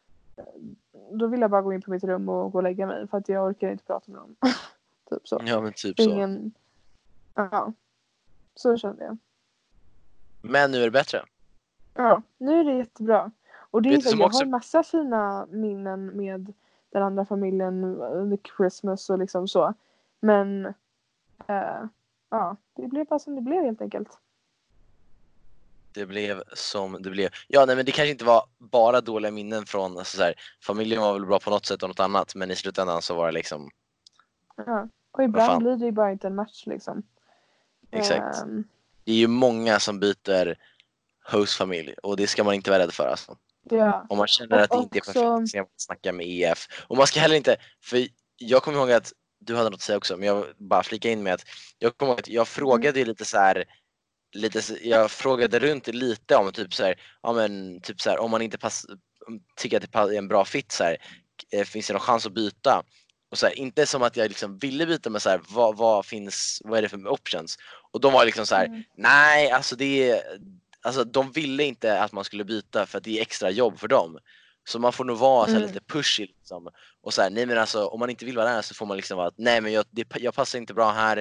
gå in på mitt rum och gå och lägga mig. För att jag orkar inte prata med någon. Typ så. Ja, men typ Det är så. ingen... Ja, så kände jag. Men nu är det bättre. Ja, nu är det jättebra. Och det är Vet du så, som jag också... har massa fina minnen med den andra familjen under Christmas och liksom så. Men ja, det blev bara som det blev helt enkelt. Det blev som det blev. Ja, nej, men det kanske inte var bara dåliga minnen från alltså, så här, familjen var väl bra på något sätt och något annat, men i slutändan så var det liksom, Ja. Och vad ibland fan, blir det ju bara inte en match liksom. exakt. Ehm, Det är ju många som byter hostfamilj och det ska man inte vara rädd för alltså. ja. Om man känner att Och det inte är perfekt också... så ska man snacka med EF. Och man ska heller inte, för jag kommer ihåg att du hade något att säga också, men jag bara flika in med att jag kommer ihåg att jag frågade ju lite så här, jag frågade runt lite om typ så här, ja men typ så här, om man inte tycker att det är en bra fit så här, finns det någon chans att byta? Och så här, inte som att jag liksom ville byta, men så här, vad är det för options? Och de var liksom så här, nej, alltså alltså de ville inte att man skulle byta för att det är extra jobb för dem. Så man får nog vara så här, lite pushy liksom. Och så här, nej men alltså om man inte vill vara där så får man liksom vara att nej men jag passar inte bra här.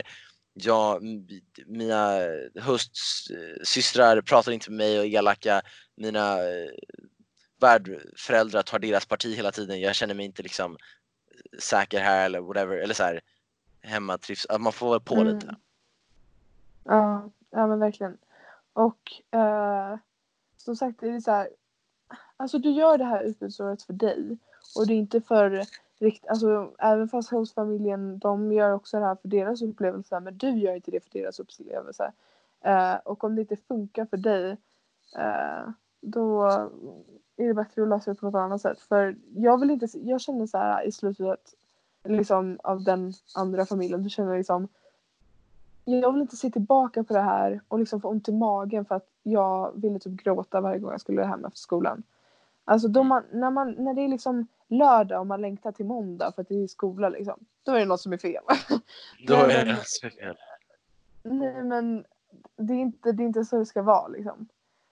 Mina höstsystrar pratar inte med mig och är elaka. Mina värdföräldrar tar deras parti hela tiden. Jag känner mig inte liksom säker här eller whatever. Eller så här, hemma trivs. Att man får vara på lite. Ja, ja men verkligen. Och som sagt, det är så här, alltså du gör det här utbytesåret för dig. Och det är inte för alltså även fast hostfamiljen, de gör också det här för deras upplevelser, men du gör inte det för deras upplevelser. Och om det inte funkar för dig, då är det bättre att lösa det på något annat sätt. För jag känner så här i slutet liksom av den andra familjen, du känner liksom, jag vill inte se tillbaka på det här och liksom få ont i magen för att jag ville typ gråta varje gång jag skulle hem efter skolan. Alltså när det är liksom lördag och man längtar till måndag för att det är skola liksom, då är det något som är fel. Då Nej, är men, det fel. nej men det är inte så det ska vara liksom.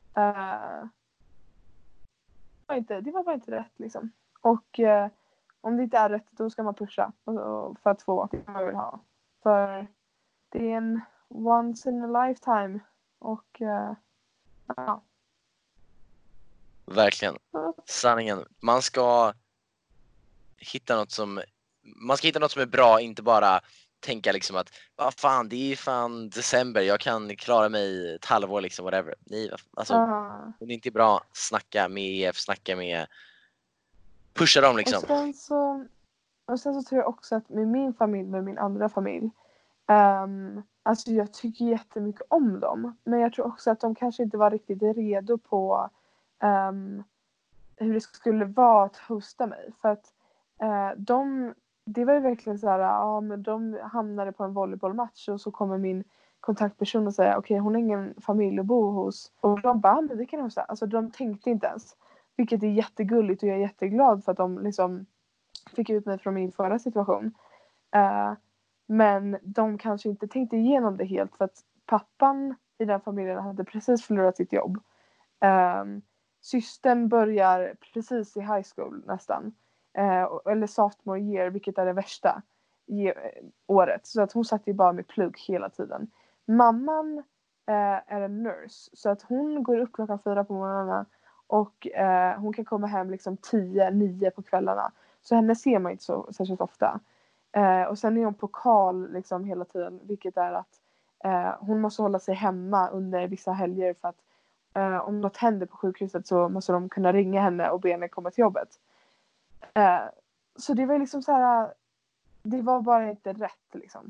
Det var bara inte rätt liksom. Och om det inte är rätt, då ska man pusha för att få det man vill ha. För det är en once in a lifetime. Och ja. Verkligen. Sanningen. Man ska hitta något som är bra, inte bara tänka liksom att vad fan, det är fan december, jag kan klara mig ett halvår liksom, whatever. Nej, alltså om det inte är bra, snacka med EF, pusha dem liksom. Och sen så tror jag också att med min familj, med min andra familj, alltså jag tycker jättemycket om dem, men jag tror också att de kanske inte var riktigt redo på hur det skulle vara att hosta mig, för att det var ju verkligen så här, ja men de hamnade på en volleybollmatch och så kommer min kontaktperson och säger okej, hon har ingen familj att bo hos, och de bara, men det kan hon säga. Alltså de tänkte inte ens, vilket är jättegulligt och jag är jätteglad för att de liksom fick ut mig från min förra situation. Men de kanske inte tänkte igenom det helt, för att pappan i den familjen hade precis förlorat sitt jobb. Systern börjar precis i high school nästan. Eller sophomore year, vilket är det värsta året. Så att hon satt ju bara med plugg hela tiden. Mamman är en nurse, så att hon går upp 4:00 på morgnarna och hon kan komma hem liksom 10-9 på kvällarna. Så henne ser man inte så särskilt ofta. Och sen är hon på call liksom hela tiden, vilket är att hon måste hålla sig hemma under vissa helger för att om något händer på sjukhuset så måste de kunna ringa henne och be henne komma till jobbet. Så det var liksom så här, det var bara inte rätt liksom.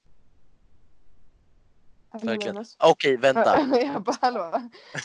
Verkligen. Okej, vänta. Jag bara, hallå.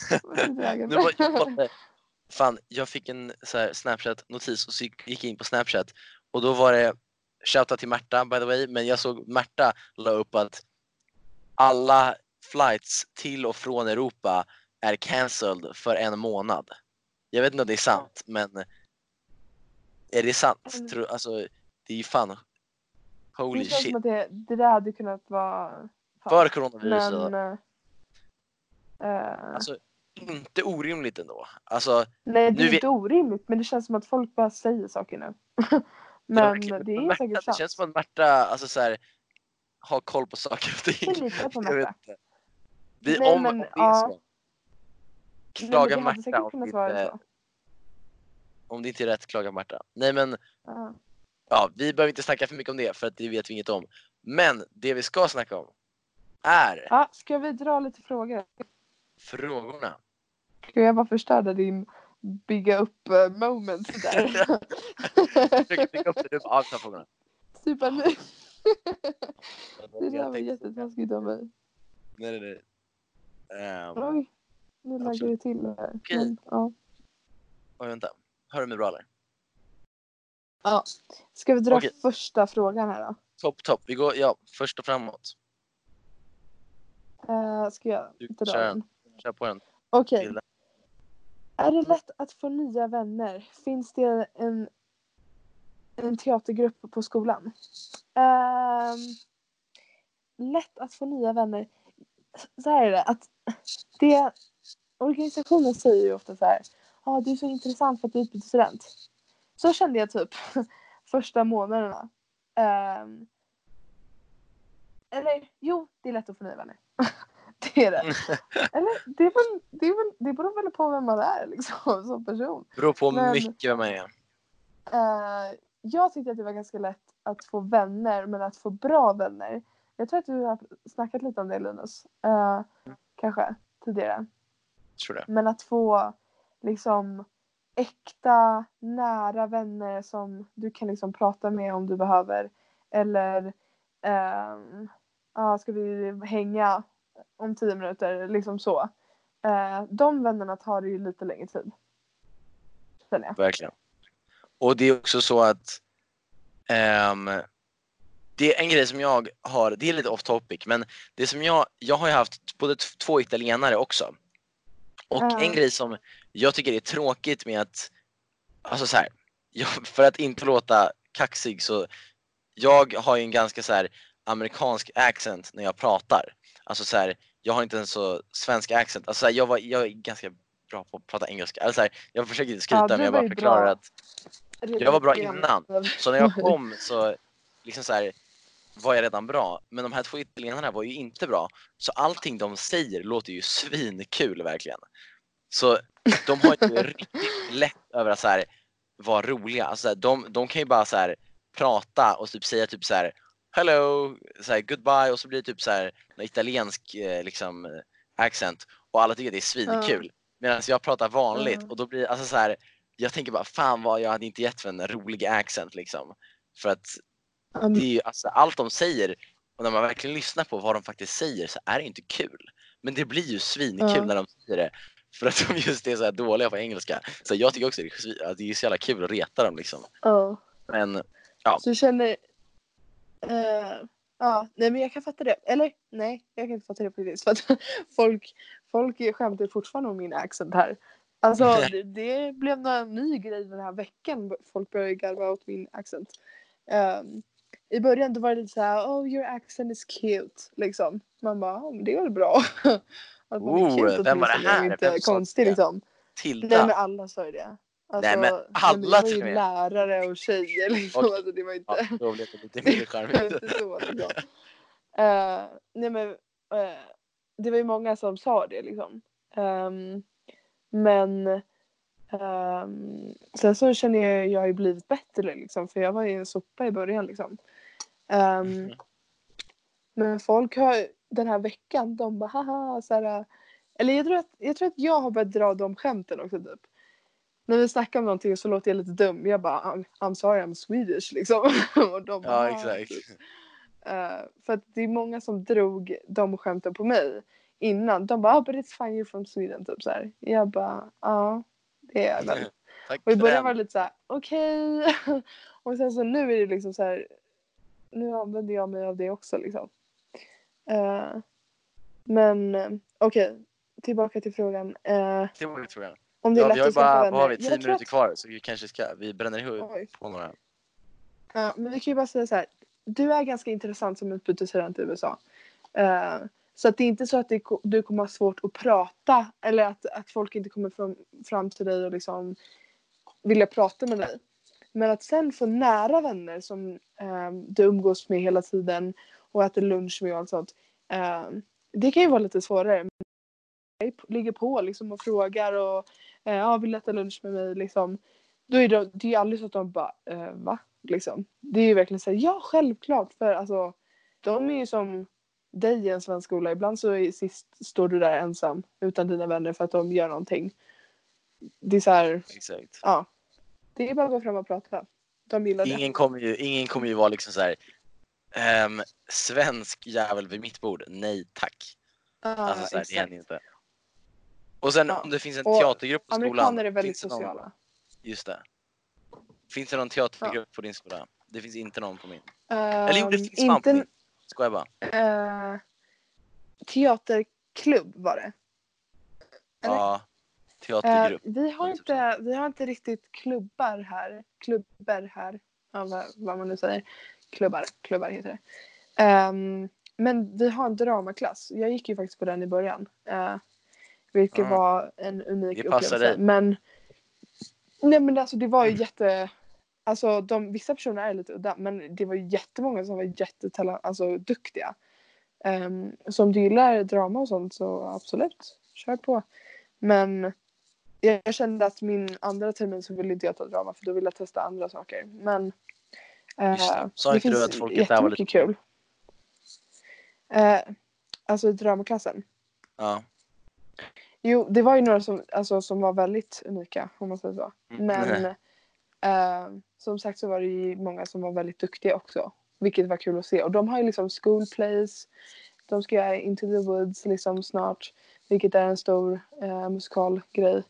Jag fick en så här Snapchat-notis och så gick jag in på Snapchat och då var det shoutout till Märta by the way, men jag såg Märta la upp att alla flights till och från Europa är cancelled för en månad. Jag vet inte om det är sant, men är det sant? Alltså, det är ju fan holy det känns shit. som att det där hade kunnat vara för coronavirus. Men Alltså, inte orimligt ändå. Alltså, nej, det nu är inte orimligt, men det känns som att folk bara säger saker nu. Men det är säkert det sant. känns som att Märta alltså, så här, har koll på saker och ting. Jag litar på Jag vet Märta. inte. Nej, Om men det är så. Nej, men Klaga det hade Märta säkert kunnat vara så. om det inte är rätt, klaga Märta. Nej men, Ja. ja, vi behöver inte snacka för mycket om det för att det vet vi inget om. Men det vi ska snacka om är Ja, ska vi dra lite frågor? frågorna. Ska jag bara förstöra din bygga upp moment där? Försöker bygga upp det nu. Ja, vi tar frågorna. Typ nu. Det där Jag var tänkte- jättetaskigt av mig. Nej. Oj, nu laggar absolut. det till här. Okej. Men, ja. Oj, vänta. Hör du mig bra eller? Ja. Ska vi dra Okej. första frågan här då? Topp. Vi går, ja, först och framåt. Ska jag Du dra kör den? Kör på den. Okej. Till den. Är det lätt att få nya vänner? Finns det en teatergrupp på skolan? Lätt att få nya vänner. Så här är det. Att organisationen säger ju ofta så här. Ja, du är så intressant för att du är utbytesstudent. Så kände jag typ första månaderna. Eller jo, det är lätt att få nya vänner. Det är det. Eller det beror väl på vem man är liksom som person. Beror på Men, mycket vem man är. Jag tyckte att det var ganska lätt att få vänner, men att få bra vänner. Jag tror att du har snackat lite om det, Linus. Kanske tidigare. Tror det. Men att få liksom äkta, nära vänner som du kan liksom prata med om du behöver. Eller ska vi hänga om 10 minuter, liksom så. De vännerna tar det ju lite längre tid. Känner jag. Verkligen. Och det är också så att det är en grej som jag har, det är lite off topic, men det som jag har ju haft både 2 italienare också. Och en grej som jag tycker är tråkigt med att, alltså så här, för att inte låta kaxig, så jag har ju en ganska så här amerikansk accent när jag pratar. Alltså så här, jag har inte en så svensk accent. Alltså så här, jag är ganska bra på att prata engelska. Alltså så här, jag försöker inte skryta, men jag bara förklarar att jag var bra innan. Så när jag kom så liksom så här, var jag redan bra. Men de här 2 italienarna var ju inte bra. Så allting de säger låter ju svinkul verkligen. Så de har ju riktigt lätt över att så här, vara roliga. Alltså, så här, de kan ju bara så här, prata och typ säga typ så här hello, så här, goodbye, och så blir det typ så här en italiensk liksom accent, och alla tycker det är svinkul. Medan jag pratar vanligt och då blir alltså så här, jag tänker bara fan vad jag hade inte gett för en rolig accent liksom. För att det är ju, alltså, allt de säger, och när man verkligen lyssnar på vad de faktiskt säger, så är det inte kul. Men det blir ju svinkul när de säger det. För att de just är så här dåliga på engelska. Så jag tycker också att det är så jävla kul att reta dem liksom. Men ja. Så du känner nej, men jag kan fatta det. Eller nej, jag kan inte fatta det precis. För att folk skämtar fortfarande om min accent här. Alltså det blev en ny grej den här veckan. Folk började garva åt min accent. I början då var det lite så här: oh, your accent is cute. Liksom. Man bara, det är väl bra. Att man är cute, vem var det här? inte konstig liksom. Tilda? Nej, men alla sa ju det. Alltså, nej, men alla det var ju lärare och tjejer liksom. Okay. Alltså, det var inte... Ja, då blev det lite mer charmigt. inte så liksom. Nej, men det var ju många som sa det liksom. Men sen så känner jag har ju blivit bättre liksom. För jag var ju en sopa i början liksom. Men folk har den här veckan, de bara haha så här, eller jag tror att jag har börjat dra de skämten också typ. När vi snackar om någonting så låter jag lite dum. Jag bara I'm sorry, I'm Swedish liksom. Och de bara, exakt. För att det är många som drog de skämten på mig innan. De bara but it's fine, you're from Sweden typ så här. Jag bara det är jag väl. Och i början var det lite så här okej. Och sen så nu är det liksom så här, nu använder jag mig av det också liksom. Men okej, tillbaka till frågan. Om det är lätt vi har ju att skaffa bara, vänner. vad har vi, 10 minuter kvar, så vi kanske vi bränner ihop på några. Ja, men vi kan ju bara säga så här. Du är ganska intressant som utbytesstudent i USA. Så att det är inte så att du kommer ha svårt att prata. Eller att folk inte kommer fram till dig och liksom vilja prata med dig. Men att sen få nära vänner som du umgås med hela tiden och äter lunch med och allt sånt. Det kan ju vara lite svårare. Ligger på liksom och frågar och vill äta lunch med mig liksom. Då är det är ju aldrig så att de bara va? Liksom. Det är ju verkligen så här, ja självklart, för alltså de är ju som dig i en svensk skola. Ibland så sist står du där ensam utan dina vänner för att de gör någonting. Det är så här, Exakt. ja. Det är bara att gå fram och prata. De gillar det. Ingen kommer ju vara liksom så här svensk jävel vid mitt bord. Nej tack. Alltså så här, det händer inte. Och sen om det finns en teatergrupp på skolan. Amerikaner är väldigt sociala. Just det. Finns det någon teatergrupp på din skola? Det finns inte någon på min. Eller jo, det finns fan på min. Ska jag bara? Teaterklubb var det. Eller? Ja, teatergrupp. Vi har inte riktigt klubbar här. Ja, vad man nu säger. Klubbar heter det. Men vi har en dramaklass. Jag gick ju faktiskt på den i början. Vilket var en unik upplevelse. Men alltså det var ju alltså vissa personer är lite udda, men det var ju jättemånga som var duktiga. Så om du gillar drama och sånt så absolut, kör på. Men jag kände att min andra termin så ville inte jag ta drama, för då ville jag testa andra saker. Men sa inte du att folket där var lite kul. Alltså i dramaklassen. Ja. Jo, det var ju några som var väldigt unika, om man säger så. Men som sagt så var det ju många som var väldigt duktiga också. Vilket var kul att se. Och de har ju liksom school plays. De ska göra Into the Woods liksom snart. Vilket är en stor musikalgrej.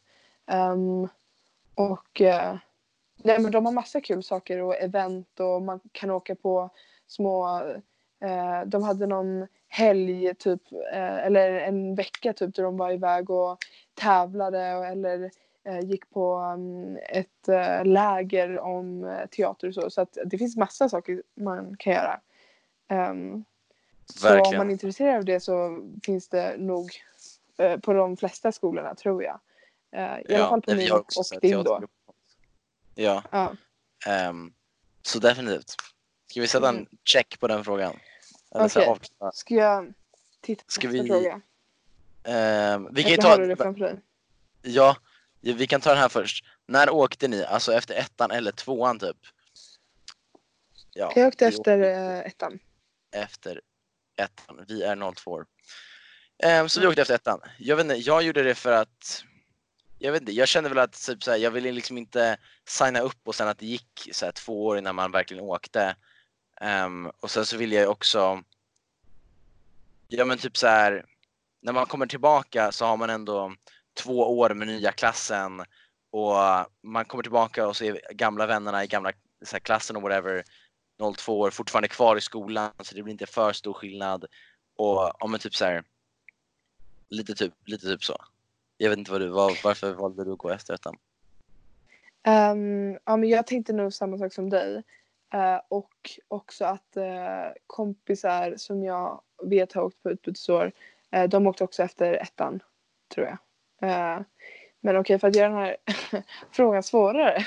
Men de har massa kul saker och event. Och man kan åka på små... de hade någon helg typ. Eller en vecka typ. Där de var iväg och tävlade. Eller gick på ett läger om teater och så. Så att det finns massa saker man kan göra. Så om man är intresserad av det så finns det nog på de flesta skolorna, tror jag. I alla fall på min och din då. Ja. Så definitivt. Ska vi sätta en check på den frågan? Okej. Ska jag titta på nästa fråga? Vi kan ju har du det framför dig? Ja, vi kan ta den här först. När åkte ni? Alltså efter ettan eller tvåan typ? Ja, jag åkte efter ettan. Efter ettan. Vi är 02. Så vi åkte efter ettan. Jag vet inte, jag gjorde det för att jag kände väl att typ, så här, jag ville liksom inte signa upp och sen att det gick så här, 2 år innan man verkligen åkte. Och sen så ville jag också typ så här, när man kommer tillbaka så har man ändå 2 år med nya klassen och man kommer tillbaka och ser gamla vännerna i gamla så här, klassen och whatever, 02 år fortfarande kvar i skolan, så det blir inte för stor skillnad. Och men typ så här, lite typ så. Jag vet inte varför valde du att gå efter ettan? Ja, men jag tänkte nog samma sak som dig. Och också att kompisar som jag vet har åkt på utbytesår, de åkte också efter ettan, tror jag. Men okej, för att göra den här frågan svårare.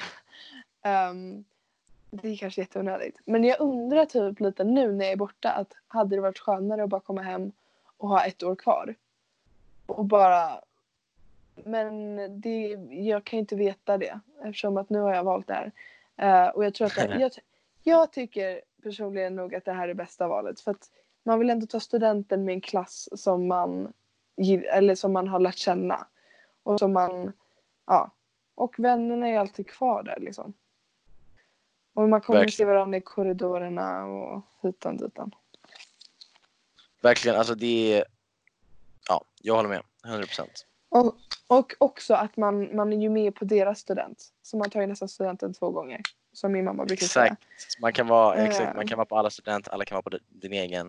Det är kanske jätteonödigt. Men jag undrar typ lite nu när jag är borta, att hade det varit skönare att bara komma hem och ha 1 år kvar. Och bara... Men jag kan inte veta det, eftersom att nu har jag valt det här. Och jag tror att jag tycker personligen nog att det här är bästa valet. För att man vill ändå ta studenten med en klass som man har lärt känna. Och som man, och vännerna är alltid kvar där liksom. Och man kommer se varandra i korridorerna och hitan ditan. Verkligen, alltså det är... Ja, jag håller med, 100%. Och också att man är ju med på deras student. Så man tar ju nästan studenten 2 gånger. Som min mamma brukar säga. Man kan vara på alla studenter, alla kan vara på din egen.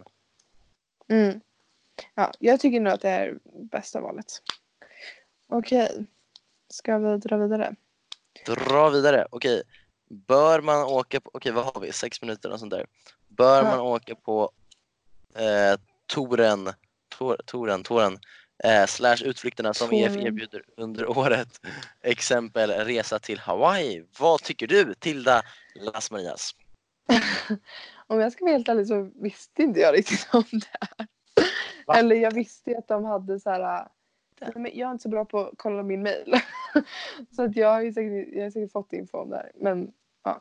Ja, jag tycker nog att det är bästa valet. Okej. Ska vi dra vidare? Okej. Bör man åka på... Okej, vad har vi? 6 minuter och sånt där. Bör man åka på Toren slash utflykterna som EF Toren. erbjuder under året. Exempel resa till Hawaii. Vad tycker du, Tilda Las Marias? Om jag ska vara helt ärlig så visste inte jag riktigt om det här. Va? Eller jag visste ju att de hade så här. Nej, men jag är inte så bra på att kolla min mail. Så att jag har säkert fått info om det här. Men ja.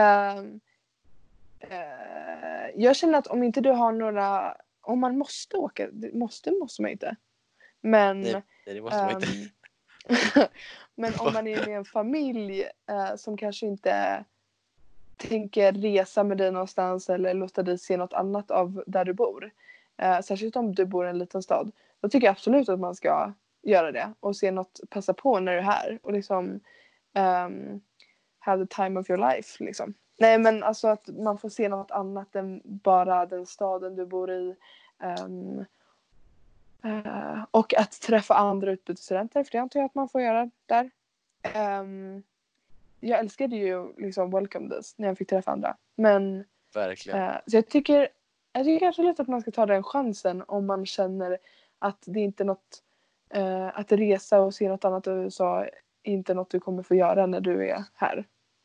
Jag känner att om inte du har några. Om man måste åka. Måste man inte. Men. Nej, det måste man inte. Men om man är med en familj som kanske inte tänker resa med dig någonstans eller låta dig se något annat av där du bor. Särskilt om du bor i en liten stad. Då tycker jag absolut att man ska göra det. Och se något, passa på när du är här. Och liksom have the time of your life liksom. Nej men alltså att man får se något annat än bara den staden du bor i. Och att träffa andra utbytesstudenter. För det antar jag att man får göra där. Jag älskade ju liksom Welcome This när jag fick träffa andra. Men Verkligen. så jag tycker absolut att man ska ta den chansen om man känner att det inte är något att resa och se något annat i USA är inte något du kommer få göra när du är här.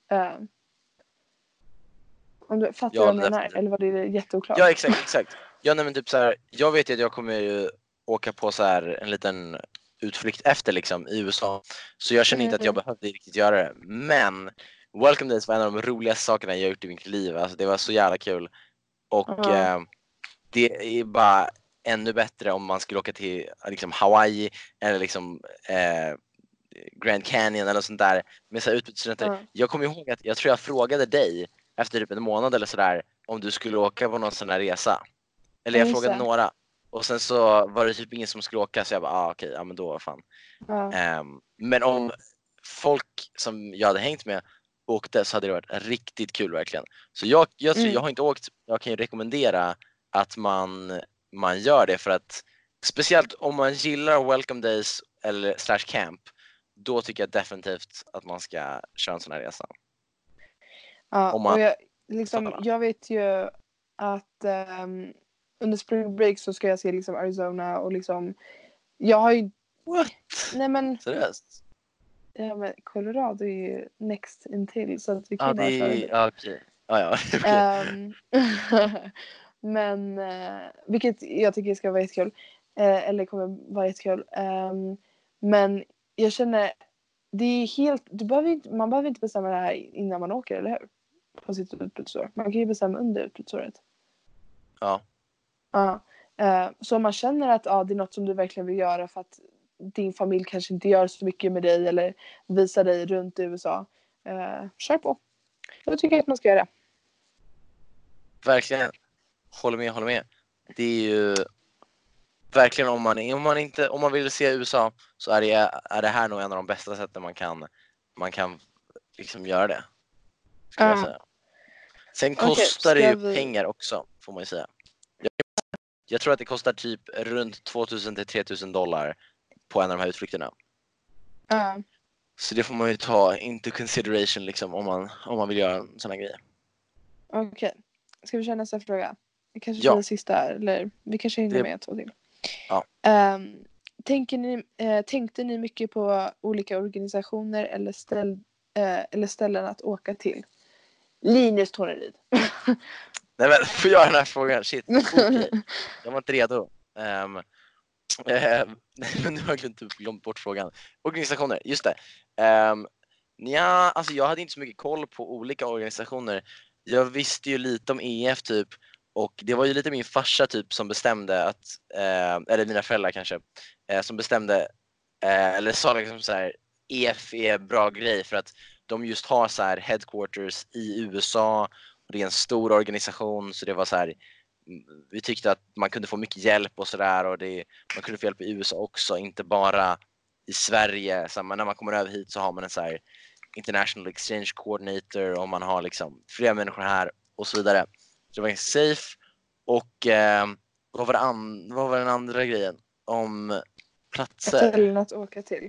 Om du fattar vad jag menar definitivt. eller var det jätteoklart? Ja, exakt. Ja, nej, men typ så här, jag vet ju att jag kommer ju åka på så här en liten utflykt efter liksom i USA. Så jag känner inte att jag behövde riktigt göra det. Men Welcome Days var en av de roligaste sakerna jag gjort i mitt liv. Alltså det var så jävla kul. Och det är bara ännu bättre om man skulle åka till liksom Hawaii eller liksom Grand Canyon eller sånt där med så här utbytesstudenter. Jag kommer ihåg att jag tror jag frågade dig efter typ en månad eller sådär om du skulle åka på någon sån här resa. Eller jag frågade några. Och sen så var det typ ingen som skulle åka så jag bara okej, men då fan. Men om folk som jag hade hängt med åkte så hade det varit riktigt kul verkligen. Så jag har inte åkt, jag kan ju rekommendera att man gör det för att speciellt om man gillar Welcome Days eller /camp då tycker jag definitivt att man ska köra en sån här resa. Ja, och jag vet ju att under spring break så ska jag se liksom Arizona och liksom jag har ju What? Nej men seriöst? Ja men Colorado är ju next intill så att vi kan bara köra det. Okej. Okay. Men vilket jag tycker ska vara jättekul eller kommer vara jättekul. Men jag känner det är helt man behöver inte bestämma det här innan man åker, eller hur? På sitt utbytesår. Man kan ju bestämma under utbytesåret. Ja. Så om man känner att det är något som du verkligen vill göra för att din familj kanske inte gör så mycket med dig eller visar dig runt i USA. Kör på. Jag tycker att man ska göra det. Verkligen. Håller med. Det är ju verkligen om man vill se USA så är det här nog en av de bästa sätten man kan liksom göra det. Ska jag säga. Sen kostar det ju pengar också, får man ju säga. Jag tror att det kostar typ runt $2,000 till $3,000 på en av de här utflykterna. Så det får man ju ta into consideration liksom om man vill göra en sån här grej. Okej. Ska vi köra nästa fråga? Det kanske blir sista eller vi kanske hinner med 2 till. Ja. Tänkte ni mycket på olika organisationer eller ställen att åka till? Linus Tornedyd. Nej men, får jag den här frågan? Shit, okay. Jag var inte redo. Men nu har jag glömt bort frågan. Organisationer, just det. Alltså jag hade inte så mycket koll på olika organisationer. Jag visste ju lite om EF typ. Och det var ju lite min farsa typ som bestämde att, eller mina föräldrar kanske, som bestämde, eller sa liksom så här, EF är bra grej för att de just har så här headquarters i USA och det är en stor organisation så det var så här, vi tyckte att man kunde få mycket hjälp och sådär och man kunde få hjälp i USA också, inte bara i Sverige. Så när man kommer över hit så har man en så här international exchange coordinator och man har liksom flera människor här och så vidare. Så det var ganska safe. Och vad var den andra grejen? Om platser. Ställen att åka till.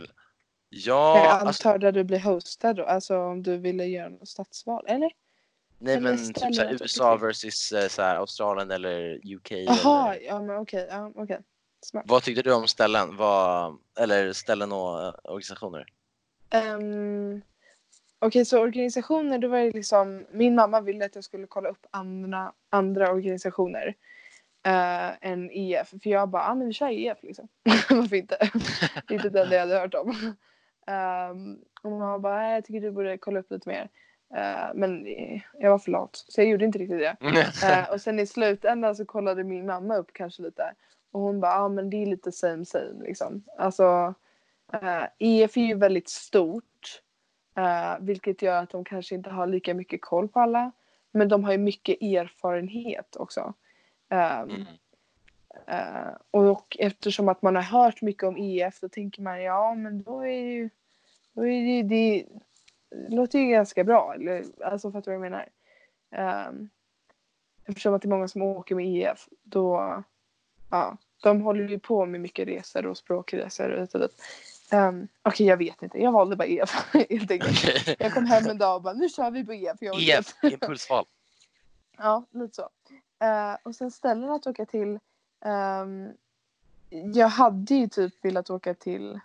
Ja, jag antar där du blir hostad då. Alltså om du ville göra något stadsval, eller? Nej Eller men typ ställen såhär att åka USA till. versus såhär Australien eller UK Jaha, eller... ja men okej. Ja, okej. Smart. Vad tyckte du om ställen? Eller ställen och organisationer? Um, Okej, så organisationer, då var det liksom... Min mamma ville att jag skulle kolla upp andra organisationer än EF. För jag bara, men vi kör EF liksom. Varför inte? Det är inte den jag hade hört om. Och mamma bara, nej, jag tycker du borde kolla upp lite mer. Men jag var för lat, så jag gjorde inte riktigt det. Och sen i slutändan så kollade min mamma upp kanske lite. Och hon bara, men det är lite same liksom. Alltså, EF är ju väldigt stort. Vilket gör att de kanske inte har lika mycket koll på alla. Men de har ju mycket erfarenhet också. Mm. Och eftersom att man har hört mycket om EF, då tänker man, ja men då är det låter ju ganska bra. Alltså fattar du vad jag menar? Eftersom att det är många som åker med EF, då de håller ju på med mycket resor och språkresor och lite. Okej, jag vet inte. Jag valde bara EF helt enkelt. Okej. Jag kom hem en dag och bara, nu kör vi på EF. EF, impulsval. Ja, lite så. Och sen ställen att åka till. Jag hade ju typ velat åka till.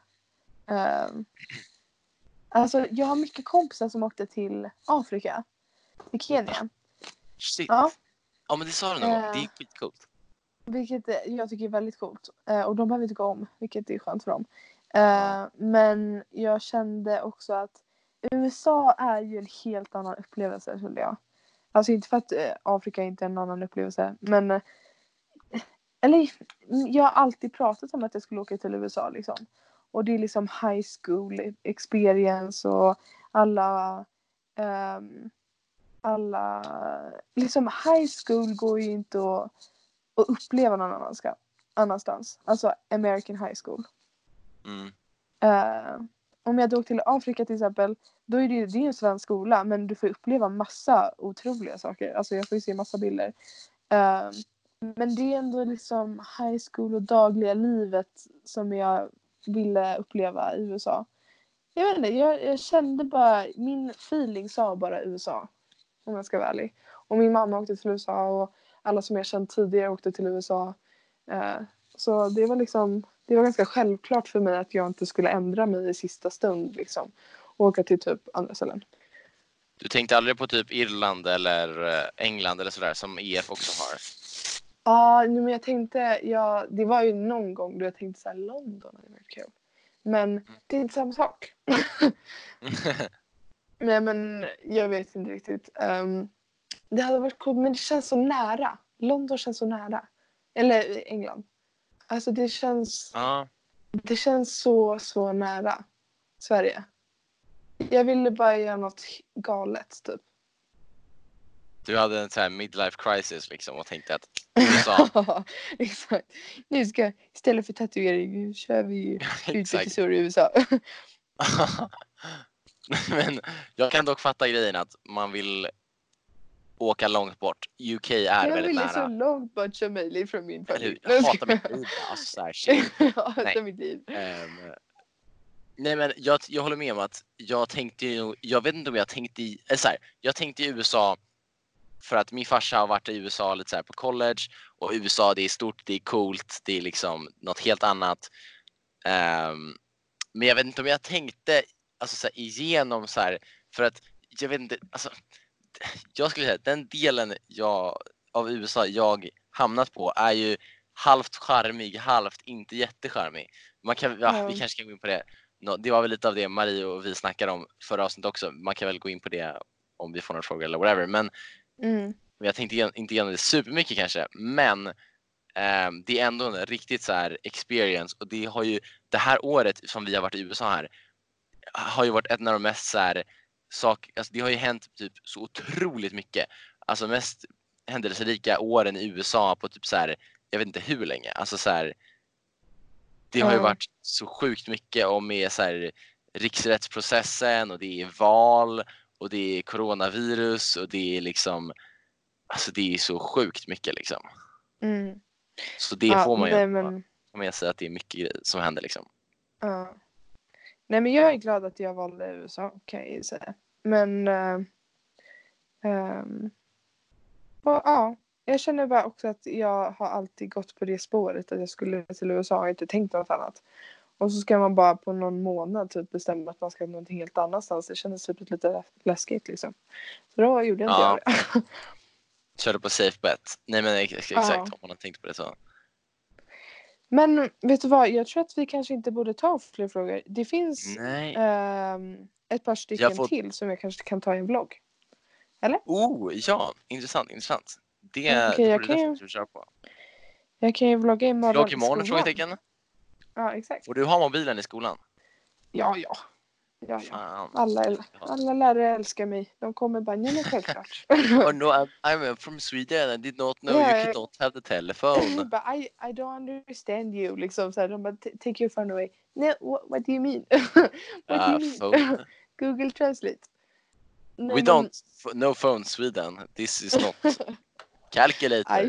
Alltså, jag har mycket kompisar som åkte till Afrika. Till Kenya. Shit. Ja. Ja men det sa du någon gång. Det är skitcoolt. Vilket jag tycker är väldigt coolt. Och de behöver inte gå om. Vilket är skönt för dem. Ja. Men jag kände också att USA är ju en helt annan upplevelse, kände jag. Alltså inte för att Afrika inte är en annan upplevelse. Men eller jag har alltid pratat om att jag skulle åka till USA liksom. Och det är liksom high school experience och alla liksom high school går ju inte att uppleva någon annanstans. Alltså American high school. Mm. Om jag hade åkt till Afrika till exempel, då är det är en svensk skola, men du får uppleva massa otroliga saker. Alltså jag får ju se massa bilder. Men det är ändå liksom high school och dagliga livet som jag ville uppleva i USA. Jag vet inte, jag kände bara, min feeling sa bara USA. Om jag ska vara ärlig. Och min mamma åkte till USA och alla som jag känt tidigare åkte till USA. Så det var liksom, det var ganska självklart för mig att jag inte skulle ändra mig i sista stund liksom. Och åka till typ andra ställen. Du tänkte aldrig på typ Irland eller England eller sådär som EF också har? Ja, men jag tänkte, det var ju någon gång då jag tänkte så här, London hade varit kul. Men det är inte samma sak. Nej, men jag vet inte riktigt. Det hade varit coolt, men det känns så nära. London känns så nära. Eller England. Alltså det känns Ja. så nära Sverige. Jag ville bara göra något galet typ. Du hade en sån här midlife crisis liksom och tänkte att USA. Ja, exakt. Nu ska, istället för tatuering, kör vi utbytesår i USA. Men jag kan dock fatta grejen att man vill åka långt bort. UK är Jag väldigt vill nära. så långt bort som möjligt från min familj. Jag hatar mitt liv. Alltså så här, shit. Jag hatar mitt liv. Nej men jag håller med om att jag tänkte ju, jag vet inte om jag tänkte i, så här, jag tänkte i USA för att min farsa har varit i USA lite så här på college och USA det är stort, det är coolt, det är liksom något helt annat. Men jag vet inte om jag tänkte alltså så här, igenom så här, för att jag vet inte, alltså jag skulle säga att den delen av USA jag hamnat på är ju halvt charmig, halvt inte jättecharmig. Vi kanske kan gå in på det. Det var väl lite av det Marie och vi snackade om förra avsnittet också. Man kan väl gå in på det om vi får några frågor eller whatever. Men jag tänkte inte igenom det supermycket kanske. Men det är ändå en riktigt så här experience. Och det har ju det här året som vi har varit i USA här har ju varit ett av de mest så här alltså det har ju hänt typ så otroligt mycket. Alltså mest händelserika åren i USA på typ så här, jag vet inte hur länge. Alltså så här, det har ju varit så sjukt mycket om med så här riksrättsprocessen och det är val och det är coronavirus och det är liksom, alltså det är så sjukt mycket liksom. Så det får man ju med sig att det är mycket grejer som händer liksom. Nej men jag är glad att jag valde USA, kan jag ju säga. Men Och ja, jag känner bara också att jag har alltid gått på det spåret att jag skulle till USA och inte tänkt något annat. Och så ska man bara på någon månad typ bestämma att man ska någonting helt annanstans. Det kändes typ lite läskigt liksom. Så då gjorde jag inte Ja. det. Körde på safe bet. Nej men exakt Ja. om man har tänkt på det så. Men vet du vad, jag tror att vi kanske inte borde ta fler frågor. Det finns Nej. ett par stycken till som jag kanske kan ta i en vlogg. Eller? Ja, intressant. Det Okej, borde definitivt köra på. Jag kan ju vlogga imorgon Vlogg i imorgon, skolan. frågetecken. Ja, exakt. Får du ha mobilen i skolan? Ja. Fan. Alla lärare älskar mig. De kommer bara, nej men självklart. Oh no, I'm from Sweden. I did not know you cannot have the telephone. But I don't understand you. Liksom så här, de bara, take your phone away. No, what do you mean? What do you mean? Phone. Google Translate. Nej, We don't no phone Sweden. This is not calculator.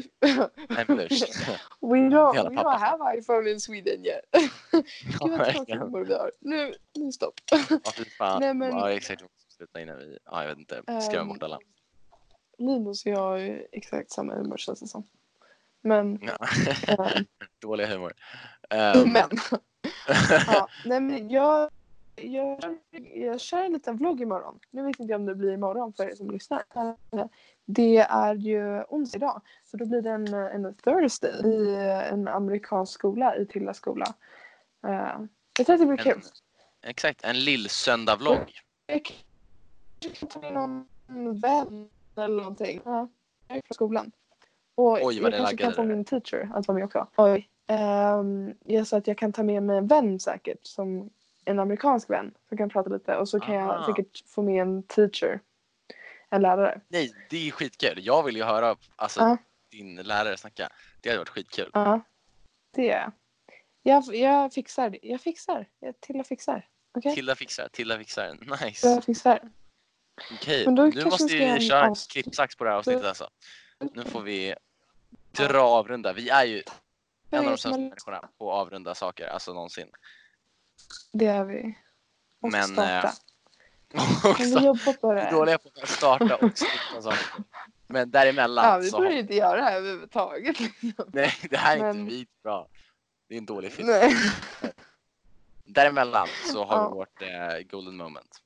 We don't have iPhone in Sweden yet. Gud vad tråkigt vi har. Nu stopp. Ja, fy fan. Nej, men... Ja, exakt. Sluta innan vi... Ja, jag vet inte. Skrämma bort alla. Linus och jag har ju exakt samma humor känns det som. Men... Ja. Dålig humor. Men... ja, nej men jag kör en liten vlogg imorgon. Nu vet inte jag om det blir imorgon för er som lyssnar. Det är ju onsdag idag. Så då blir det en Thursday i en amerikansk skola i Tilla skola. Jag tror att det blir kul. Exakt, en lill-söndag-vlogg. Jag kan ta med någon vän eller någonting. Ja, jag är från skolan. Och Oj, vad jag kanske kan få det. min teacher att vara med också. Oj. Jag sa att jag kan ta med mig en vän säkert. Som en amerikansk vän. Som kan prata lite. Och så kan jag säkert få med en teacher. En lärare. Nej, det är skitkul. Jag vill ju höra din lärare snacka. Det hade varit skitkul. Ja, det är jag fixar det. Tilla fixar. Okay? Tilla fixar. Nice. Jag fixar. Okej, nu måste vi köra klippsax på det här avsnittet alltså. Nu får vi dra avrunda. Vi är ju en av de sämsta människorna på att avrunda saker, alltså någonsin. Det är vi. Och men starta. Kan vi jobba på det? Vi är dåliga på att starta och sluta saker. Men däremellan ja, vi borde inte göra det här överhuvudtaget. Liksom. Nej, det här är inte vi bra. Det är en dålig film. Nej. Däremellan så har vi vårt golden moment.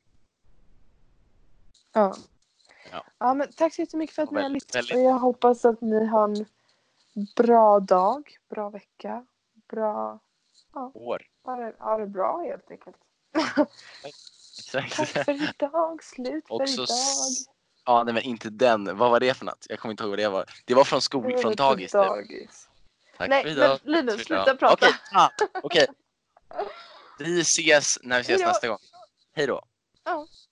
Ja, men tack så jättemycket för att ni har lyssnat. Och jag hoppas att ni har en bra dag, bra vecka, bra år. Ha det bra helt enkelt. Tack för idag, slut för också idag. Ja, nej men inte den. Vad var det för något? Jag kommer inte ihåg vad det var. Det var från dagis. Tack nej, för idag. Men Linus, sluta prata. Okej. Vi ses när vi ses nästa gång. Hej då. Ja.